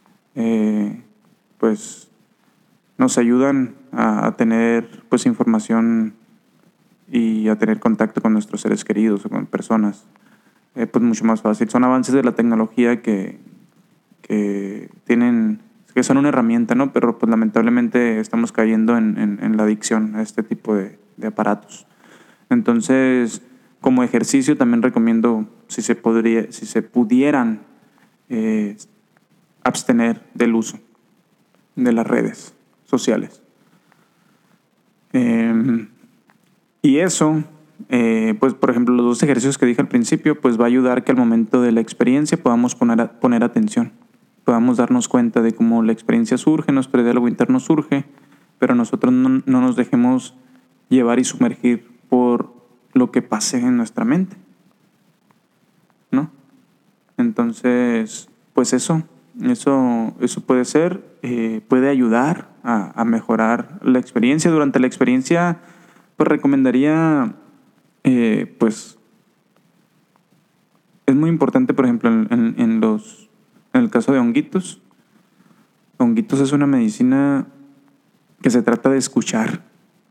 nos ayudan a tener información y a tener contacto con nuestros seres queridos o con personas, mucho más fácil. Son avances de la tecnología que son una herramienta, ¿no? Pero pues lamentablemente estamos cayendo en la adicción a este tipo de aparatos. Entonces, como ejercicio también recomiendo, si se pudieran abstener del uso de las redes sociales. Y eso, por ejemplo, los 2 ejercicios que dije al principio, pues va a ayudar que al momento de la experiencia podamos poner atención, podamos darnos cuenta de cómo la experiencia surge, nuestro diálogo interno surge, pero nosotros no nos dejemos llevar y sumergir por lo que pase en nuestra mente, ¿no? Entonces, pues eso puede ser, puede ayudar a mejorar la experiencia. Durante la experiencia, pues recomendaría, es muy importante, por ejemplo, en el caso de honguitos. Honguitos es una medicina que se trata de escuchar.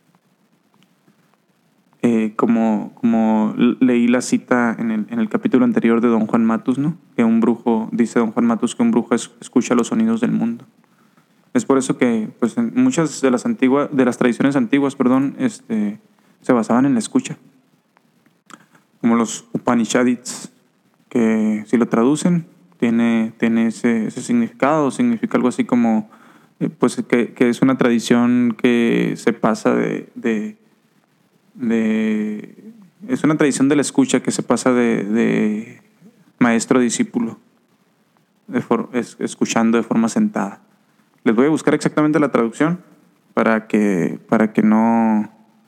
Como leí la cita en el capítulo anterior de Don Juan Matus, ¿no? Que dice Don Juan Matus que un brujo escucha los sonidos del mundo. Es por eso que en muchas de las tradiciones antiguas, se basaban en la escucha. Como los Upanishads, que si lo traducen, tiene ese significado, significa algo así como que es una tradición que se pasa es una tradición de la escucha que se pasa de maestro a discípulo, escuchando de forma sentada. Les voy a buscar exactamente la traducción para que no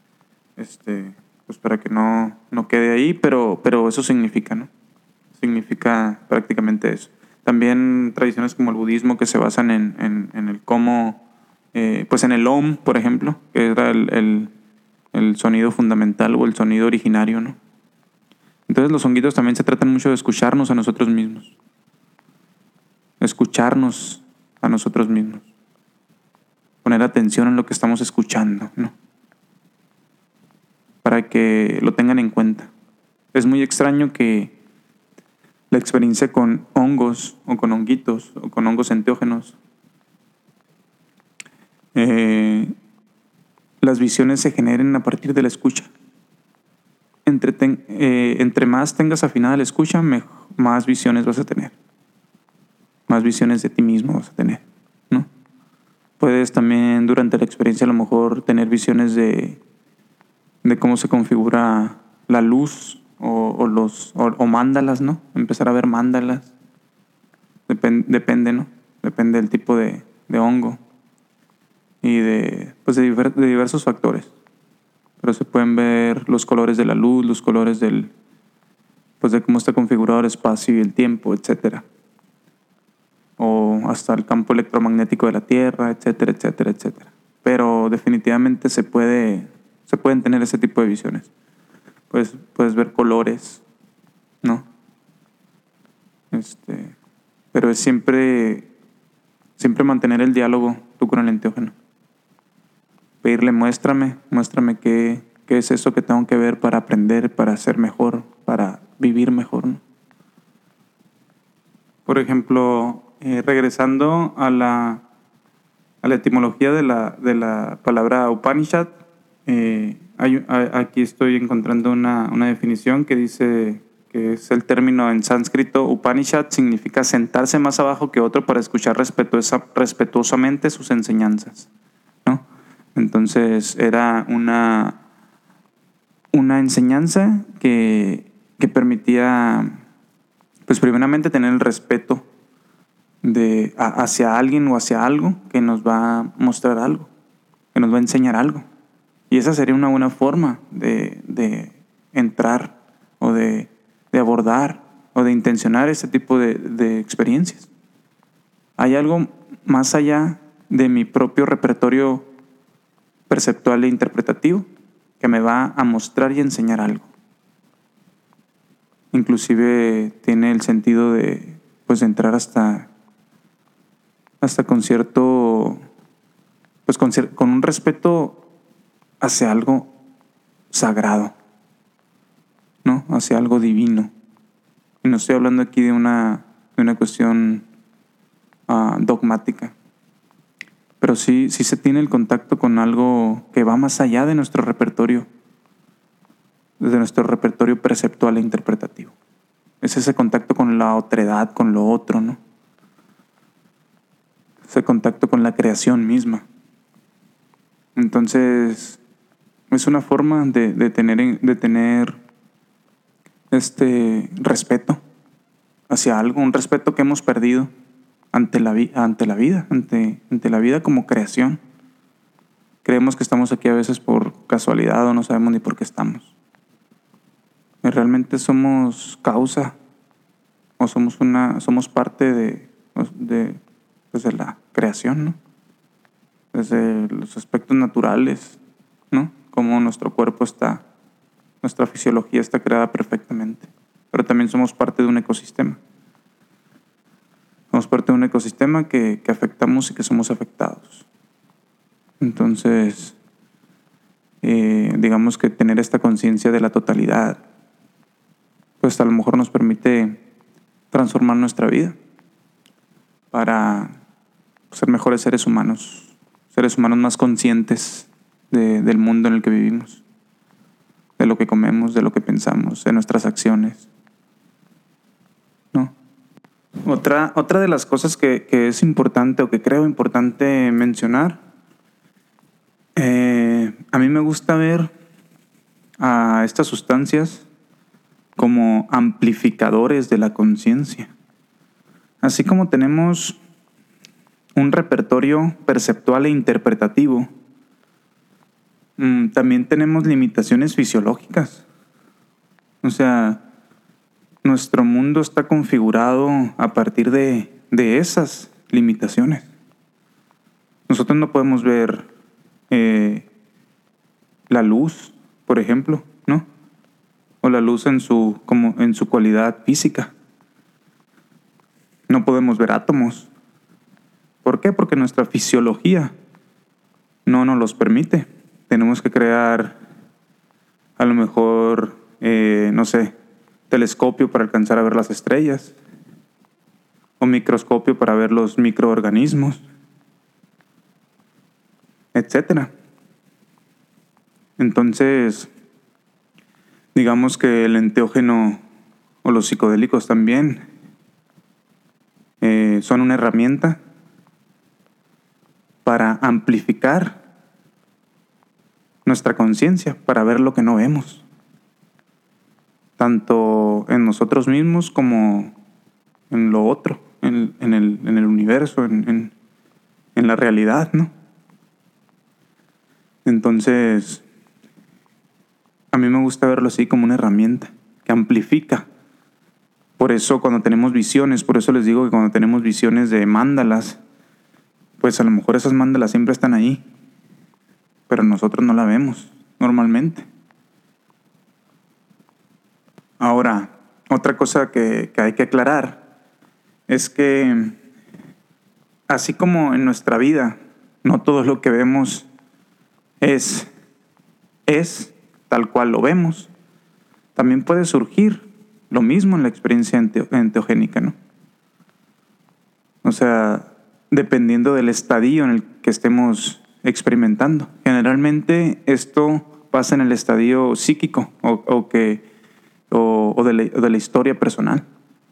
para que no quede ahí, pero eso significa, ¿no? Significa prácticamente eso. También tradiciones como el budismo que se basan en el cómo, en el Om, por ejemplo, que era el sonido fundamental o el sonido originario, ¿no? Entonces los honguitos también se tratan mucho de escucharnos a nosotros mismos. Escucharnos a nosotros mismos. Poner atención en lo que estamos escuchando, ¿no? Para que lo tengan en cuenta. Es muy extraño que la experiencia con hongos o con honguitos o con hongos enteógenos, las visiones se generen a partir de la escucha. Entre más tengas afinada la escucha, más visiones vas a tener. Más visiones de ti mismo vas a tener, ¿no? Puedes también durante la experiencia a lo mejor tener visiones de cómo se configura la luz o mandalas, ¿no? Empezar a ver mandalas. Depende, ¿no? Depende del tipo de hongo y de diversos factores. Pero se pueden ver los colores de la luz, los colores de cómo está configurado el espacio y el tiempo, etcétera. O hasta el campo electromagnético de la Tierra, etcétera, etcétera, etcétera. Pero definitivamente se pueden tener ese tipo de visiones. Puedes ver colores, ¿no? Pero es siempre mantener el diálogo tú con el enteógeno. pedirle muéstrame qué es eso que tengo que ver para aprender, para ser mejor, para vivir mejor, ¿no? Por ejemplo, regresando a la etimología de la palabra Upanishad, aquí estoy encontrando una definición que dice que es el término en sánscrito. Upanishad significa sentarse más abajo que otro para escuchar respetuosamente sus enseñanzas, ¿no? Entonces era una enseñanza que permitía, pues primeramente, tener el respeto hacia alguien o hacia algo que nos va a mostrar algo, que nos va a enseñar algo. Y esa sería una buena forma de entrar o de abordar o de intencionar ese tipo de experiencias. Hay algo más allá de mi propio repertorio perceptual e interpretativo que me va a mostrar y enseñar algo. Inclusive tiene el sentido de, pues, entrar hasta con cierto, pues con un respeto hacia algo sagrado, ¿no? Hacia algo divino. Y no estoy hablando aquí de una cuestión dogmática, pero sí se tiene el contacto con algo que va más allá de nuestro repertorio, perceptual e interpretativo. Es ese contacto con la otredad, con lo otro, ¿no? Ese contacto con la creación misma. Entonces, es una forma de tener respeto hacia algo, un respeto que hemos perdido ante la vida como creación. Creemos que estamos aquí a veces por casualidad o no sabemos ni por qué estamos. Y realmente somos causa o somos parte de la creación, ¿no? Desde los aspectos naturales, ¿no? Como nuestro cuerpo nuestra fisiología está creada perfectamente. Pero también somos parte de un ecosistema. Somos parte de un ecosistema que afectamos y que somos afectados. Entonces, digamos que tener esta conciencia de la totalidad, pues a lo mejor nos permite transformar nuestra vida para ser mejores seres humanos más conscientes del mundo en el que vivimos, de lo que comemos, de lo que pensamos, de nuestras acciones, ¿no? Otra de las cosas que es importante o que creo importante mencionar, a mí me gusta ver a estas sustancias como amplificadores de la conciencia. Así como tenemos un repertorio perceptual e interpretativo, también tenemos limitaciones fisiológicas. O sea, nuestro mundo está configurado a partir de esas limitaciones. Nosotros no podemos ver la luz, por ejemplo, ¿no? O la luz en su cualidad física. No podemos ver átomos. ¿Por qué? Porque nuestra fisiología no nos los permite. Tenemos que crear, a lo mejor, telescopio para alcanzar a ver las estrellas, o microscopio para ver los microorganismos, etc. Entonces, digamos que el enteógeno o los psicodélicos también son una herramienta para amplificar nuestra conciencia, para ver lo que no vemos, tanto en nosotros mismos como en lo otro, en el universo, en la realidad, ¿no? Entonces, a mí me gusta verlo así, como una herramienta que amplifica. Por eso cuando tenemos visiones, por eso les digo que cuando tenemos visiones de mándalas, pues a lo mejor esas mándalas siempre están ahí, pero nosotros no la vemos normalmente. Ahora, otra cosa que hay que aclarar es que, así como en nuestra vida no todo lo que vemos es tal cual lo vemos, también puede surgir lo mismo en la experiencia enteogénica, ¿no? O sea, dependiendo del estadio en el que estemos experimentando. Generalmente esto pasa en el estadio psíquico o de la historia personal.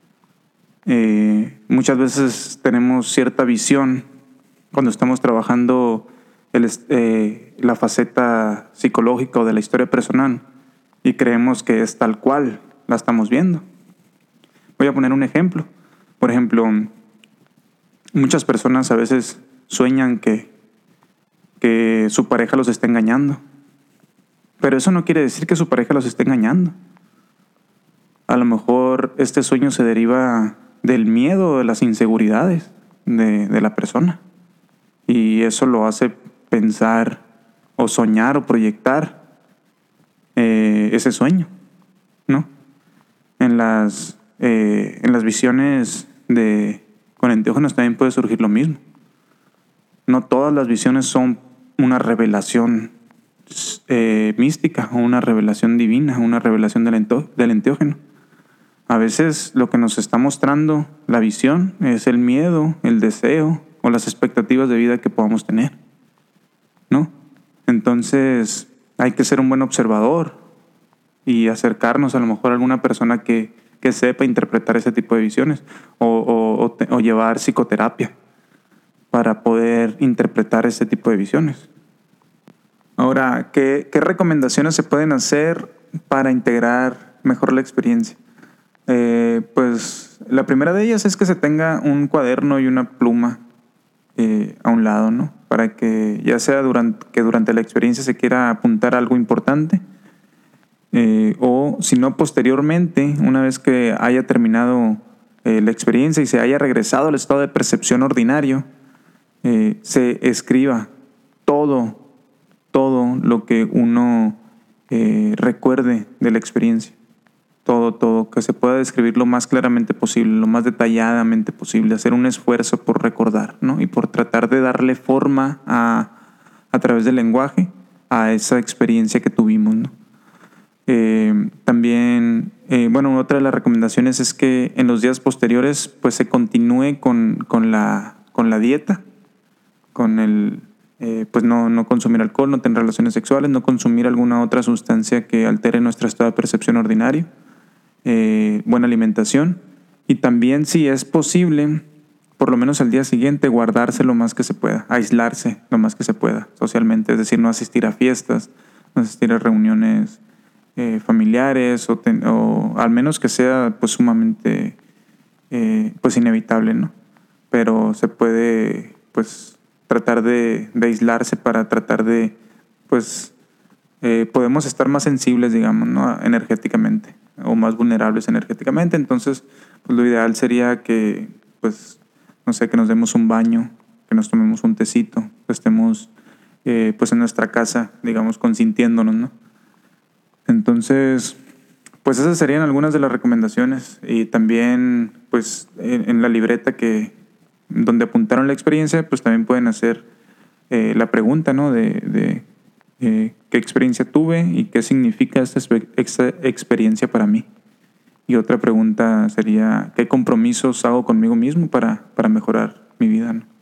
Muchas veces tenemos cierta visión cuando estamos trabajando la faceta psicológica o de la historia personal y creemos que es tal cual la estamos viendo. Voy a poner un ejemplo. Por ejemplo, muchas personas a veces sueñan que su pareja los está engañando, pero eso no quiere decir que su pareja los esté engañando. A lo mejor este sueño se deriva del miedo, de las inseguridades de la persona, y eso lo hace pensar o soñar o proyectar ese sueño, ¿no? En las visiones con enteógenos también puede surgir lo mismo. No todas las visiones son una revelación mística o una revelación divina, una revelación del enteógeno. A veces lo que nos está mostrando la visión es el miedo, el deseo o las expectativas de vida que podamos tener, ¿no? Entonces hay que ser un buen observador y acercarnos a lo mejor a alguna persona que sepa interpretar ese tipo de visiones o llevar psicoterapia para poder interpretar ese tipo de visiones. Ahora, ¿qué recomendaciones se pueden hacer para integrar mejor la experiencia? Pues la primera de ellas es que se tenga un cuaderno y una pluma a un lado, ¿no? Para que ya sea durante la experiencia se quiera apuntar algo importante, o si no posteriormente, una vez que haya terminado la experiencia y se haya regresado al estado de percepción ordinario, se escriba todo lo que uno recuerde de la experiencia. Todo, que se pueda describir lo más claramente posible, lo más detalladamente posible, hacer un esfuerzo por recordar, ¿no? Y por tratar de darle forma a través del lenguaje a esa experiencia que tuvimos, ¿no? También, otra de las recomendaciones es que en los días posteriores pues se continúe con la dieta, con el pues no consumir alcohol, no tener relaciones sexuales, no consumir alguna otra sustancia que altere nuestro estado de percepción ordinario, buena alimentación, y también, si es posible, por lo menos al día siguiente, guardarse lo más que se pueda, aislarse lo más que se pueda socialmente, es decir, no asistir a fiestas, no asistir a reuniones familiares o al menos que sea pues sumamente pues inevitable, ¿no? Pero se puede pues tratar de aislarse para tratar de pues podemos estar más sensibles, digamos, ¿no? Energéticamente, o más vulnerables energéticamente. Entonces pues lo ideal sería que pues no sé, que nos demos un baño, que nos tomemos un tecito, que estemos pues en nuestra casa, digamos, consintiéndonos, ¿no? Entonces, pues esas serían algunas de las recomendaciones. Y también, pues, en la libreta donde apuntaron la experiencia, pues también pueden hacer la pregunta, ¿no? De qué experiencia tuve y qué significa esta experiencia para mí. Y otra pregunta sería, ¿qué compromisos hago conmigo mismo para mejorar mi vida, ¿no?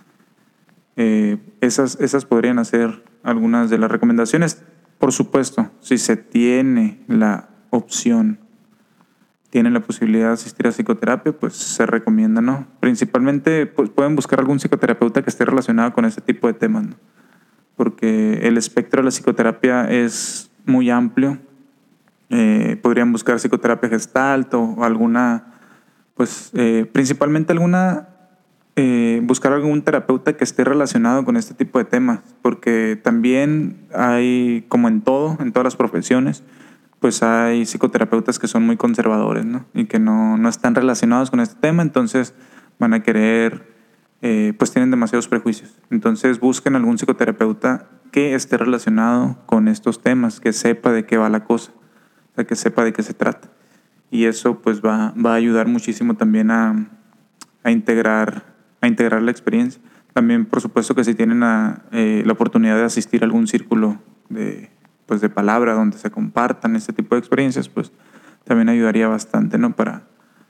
Esas podrían ser algunas de las recomendaciones. Por supuesto, si se tiene la opción, tienen la posibilidad de asistir a psicoterapia, pues se recomienda, ¿no? Principalmente pues, pueden buscar algún psicoterapeuta que esté relacionado con este tipo de temas, ¿no? Porque el espectro de la psicoterapia es muy amplio. Podrían buscar psicoterapia gestalt o alguna, pues principalmente buscar algún terapeuta que esté relacionado con este tipo de temas, porque también hay, como en todas las profesiones, pues hay psicoterapeutas que son muy conservadores, ¿no? Y que no están relacionados con este tema, entonces van a querer, pues tienen demasiados prejuicios. Entonces busquen algún psicoterapeuta que esté relacionado con estos temas, que sepa de qué va la cosa, o sea, que sepa de qué se trata. Y eso pues va a ayudar muchísimo también a integrar la experiencia. También, por supuesto, que si tienen la oportunidad de asistir a algún círculo de palabra donde se compartan este tipo de experiencias, pues también ayudaría bastante, ¿no? Para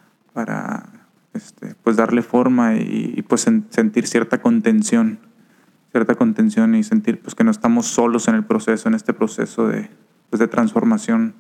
pues darle forma y pues sentir cierta contención y sentir pues que no estamos solos en el proceso, en este proceso de transformación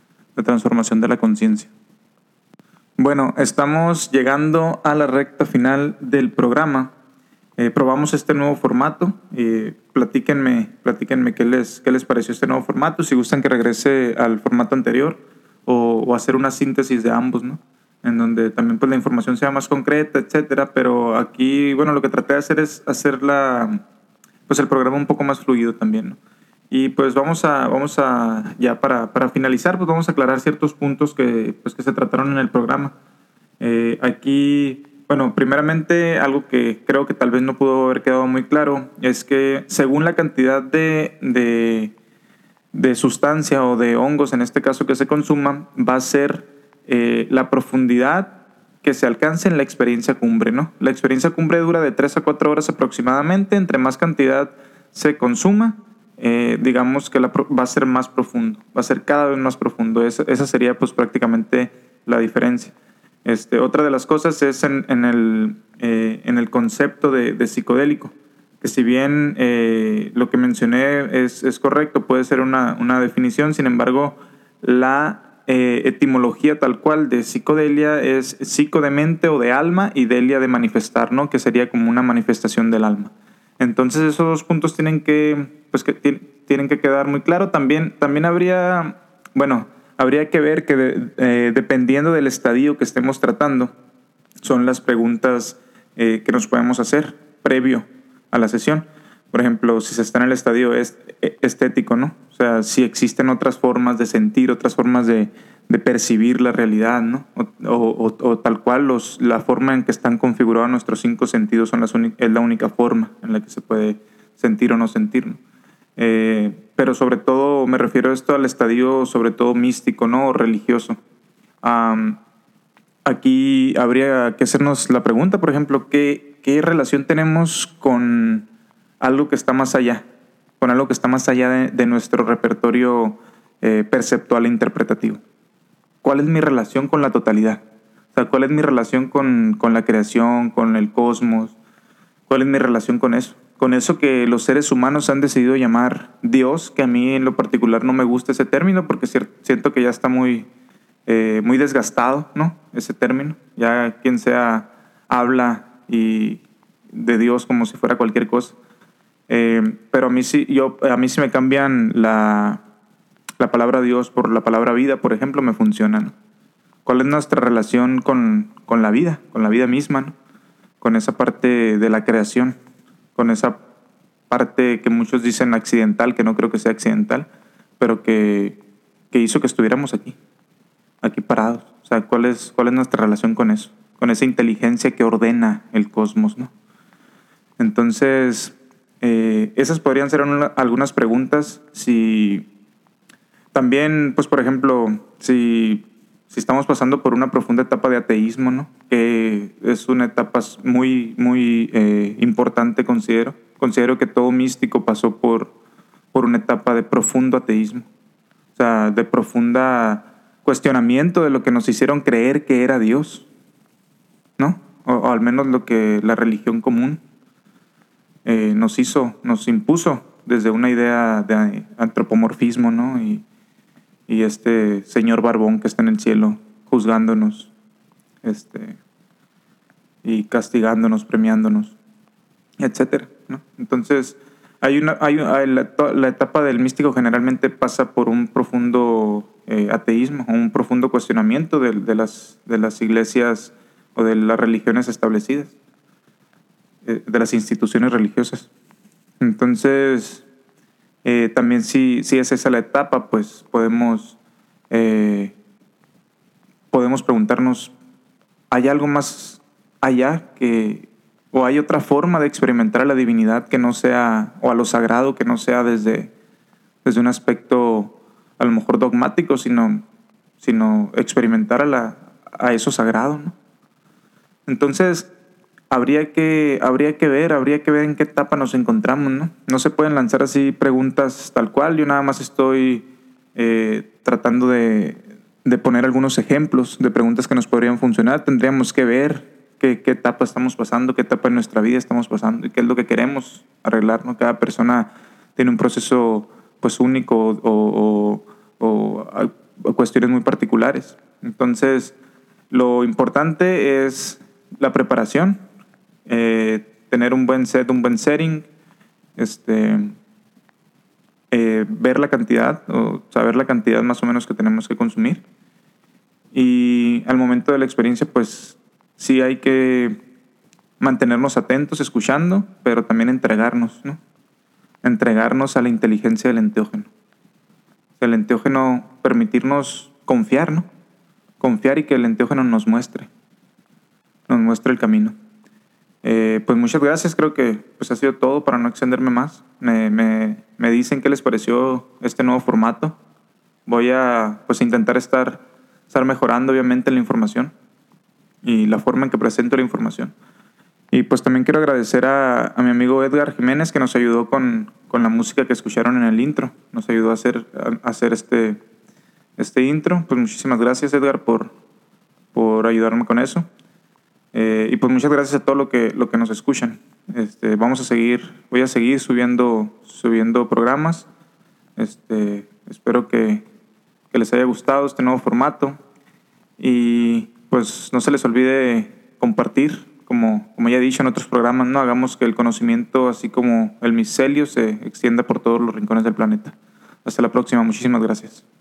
de la conciencia. Bueno, estamos llegando a la recta final del programa. Probamos este nuevo formato. Platíquenme qué les pareció este nuevo formato, si gustan que regrese al formato anterior o hacer una síntesis de ambos, ¿no? En donde también pues la información sea más concreta, etcétera. Pero aquí, bueno, lo que traté de hacer es hacer el programa un poco más fluido también, ¿no? Y pues vamos a ya para finalizar, pues vamos a aclarar ciertos puntos que se trataron en el programa. Aquí, bueno, primeramente algo que creo que tal vez no pudo haber quedado muy claro es que según la cantidad de sustancia o de hongos, en este caso, que se consuma, va a ser la profundidad que se alcance en la experiencia cumbre, ¿no? La experiencia cumbre dura de 3 a 4 horas aproximadamente. Entre más cantidad se consuma, digamos que va a ser más profundo, va a ser cada vez más profundo. Esa sería pues prácticamente la diferencia. Otra de las cosas es en el concepto de psicodélico, que si bien lo que mencioné es correcto, puede ser una definición. Sin embargo, la etimología tal cual de psicodelia es psico de mente o de alma y delia de manifestar, ¿no? Que sería como una manifestación del alma. Entonces esos dos puntos tienen que quedar muy claro. También habría que ver que dependiendo del estadio que estemos tratando, son las preguntas que nos podemos hacer previo a la sesión. Por ejemplo, si se está en el estadio estético, ¿no? O sea, si existen otras formas de sentir, otras formas de percibir la realidad, ¿no? O tal cual la forma en que están configurados nuestros 5 sentidos es la única forma en la que se puede sentir o no sentir, ¿no? Pero sobre todo me refiero a esto al estadio sobre todo místico, ¿no? O religioso. Aquí habría que hacernos la pregunta, por ejemplo, ¿qué relación tenemos con algo que está más allá? Con algo que está más allá de nuestro repertorio perceptual e interpretativo. ¿Cuál es mi relación con la totalidad? O sea, ¿cuál es mi relación con la creación, con el cosmos? ¿Cuál es mi relación con eso? Con eso que los seres humanos han decidido llamar Dios, que a mí en lo particular no me gusta ese término porque siento que ya está muy desgastado, ¿no? Ese término. Ya quien sea habla de Dios como si fuera cualquier cosa. Pero a mí sí me cambian la palabra Dios por la palabra vida, por ejemplo, me funciona, ¿no? ¿Cuál es nuestra relación con la vida misma, ¿no? Con esa parte de la creación, con esa parte que muchos dicen accidental, que no creo que sea accidental, pero que hizo que estuviéramos aquí parados. O sea, ¿cuál es nuestra relación con eso? Con esa inteligencia que ordena el cosmos, ¿no? Entonces, esas podrían ser algunas preguntas. Si también, pues por ejemplo, si estamos pasando por una profunda etapa de ateísmo, ¿no? Que es una etapa muy importante, considero que todo místico pasó por una etapa de profundo ateísmo, o sea, de profunda cuestionamiento de lo que nos hicieron creer que era Dios, ¿no? O al menos lo que la religión común nos impuso desde una idea de antropomorfismo, ¿no? Y este señor barbón que está en el cielo juzgándonos, y castigándonos, premiándonos, etcétera, ¿no? Entonces, la etapa del místico generalmente pasa por un profundo ateísmo, un profundo cuestionamiento de las iglesias o de las religiones establecidas, de las instituciones religiosas. Entonces, también si es esa la etapa, pues podemos preguntarnos, ¿hay algo más allá o hay otra forma de experimentar a la divinidad que no sea, o a lo sagrado que no sea desde un aspecto a lo mejor dogmático, sino experimentar a eso sagrado, ¿no? Entonces, habría que ver en qué etapa nos encontramos, ¿no? No se pueden lanzar así preguntas tal cual. Yo nada más estoy tratando de poner algunos ejemplos de preguntas que nos podrían funcionar. Tendríamos que ver qué etapa estamos pasando, qué etapa en nuestra vida estamos pasando y qué es lo que queremos arreglar, ¿no? Cada persona tiene un proceso pues único o cuestiones muy particulares. Entonces, lo importante es la preparación, tener un buen set, un buen setting, ver la cantidad o saber la cantidad más o menos que tenemos que consumir. Y al momento de la experiencia, pues sí hay que mantenernos atentos, escuchando, pero también entregarnos, ¿no? Entregarnos a la inteligencia del enteógeno. El enteógeno, permitirnos confiar, ¿no? Confiar y que el enteógeno nos muestre el camino. Pues muchas gracias, creo que pues ha sido todo para no extenderme más. Me dicen qué les pareció este nuevo formato. Voy a pues intentar estar mejorando obviamente la información y la forma en que presento la información. Y pues también quiero agradecer a mi amigo Edgar Jiménez, que nos ayudó con la música que escucharon en el intro. Nos ayudó a hacer este intro. Pues muchísimas gracias, Edgar, por ayudarme con eso. Y pues muchas gracias a todo lo que nos escuchan. Voy a seguir subiendo programas. Espero que les haya gustado este nuevo formato. Y pues no se les olvide compartir, como ya he dicho en otros programas, ¿no? Hagamos que el conocimiento, así como el micelio, se extienda por todos los rincones del planeta. Hasta la próxima. Muchísimas gracias.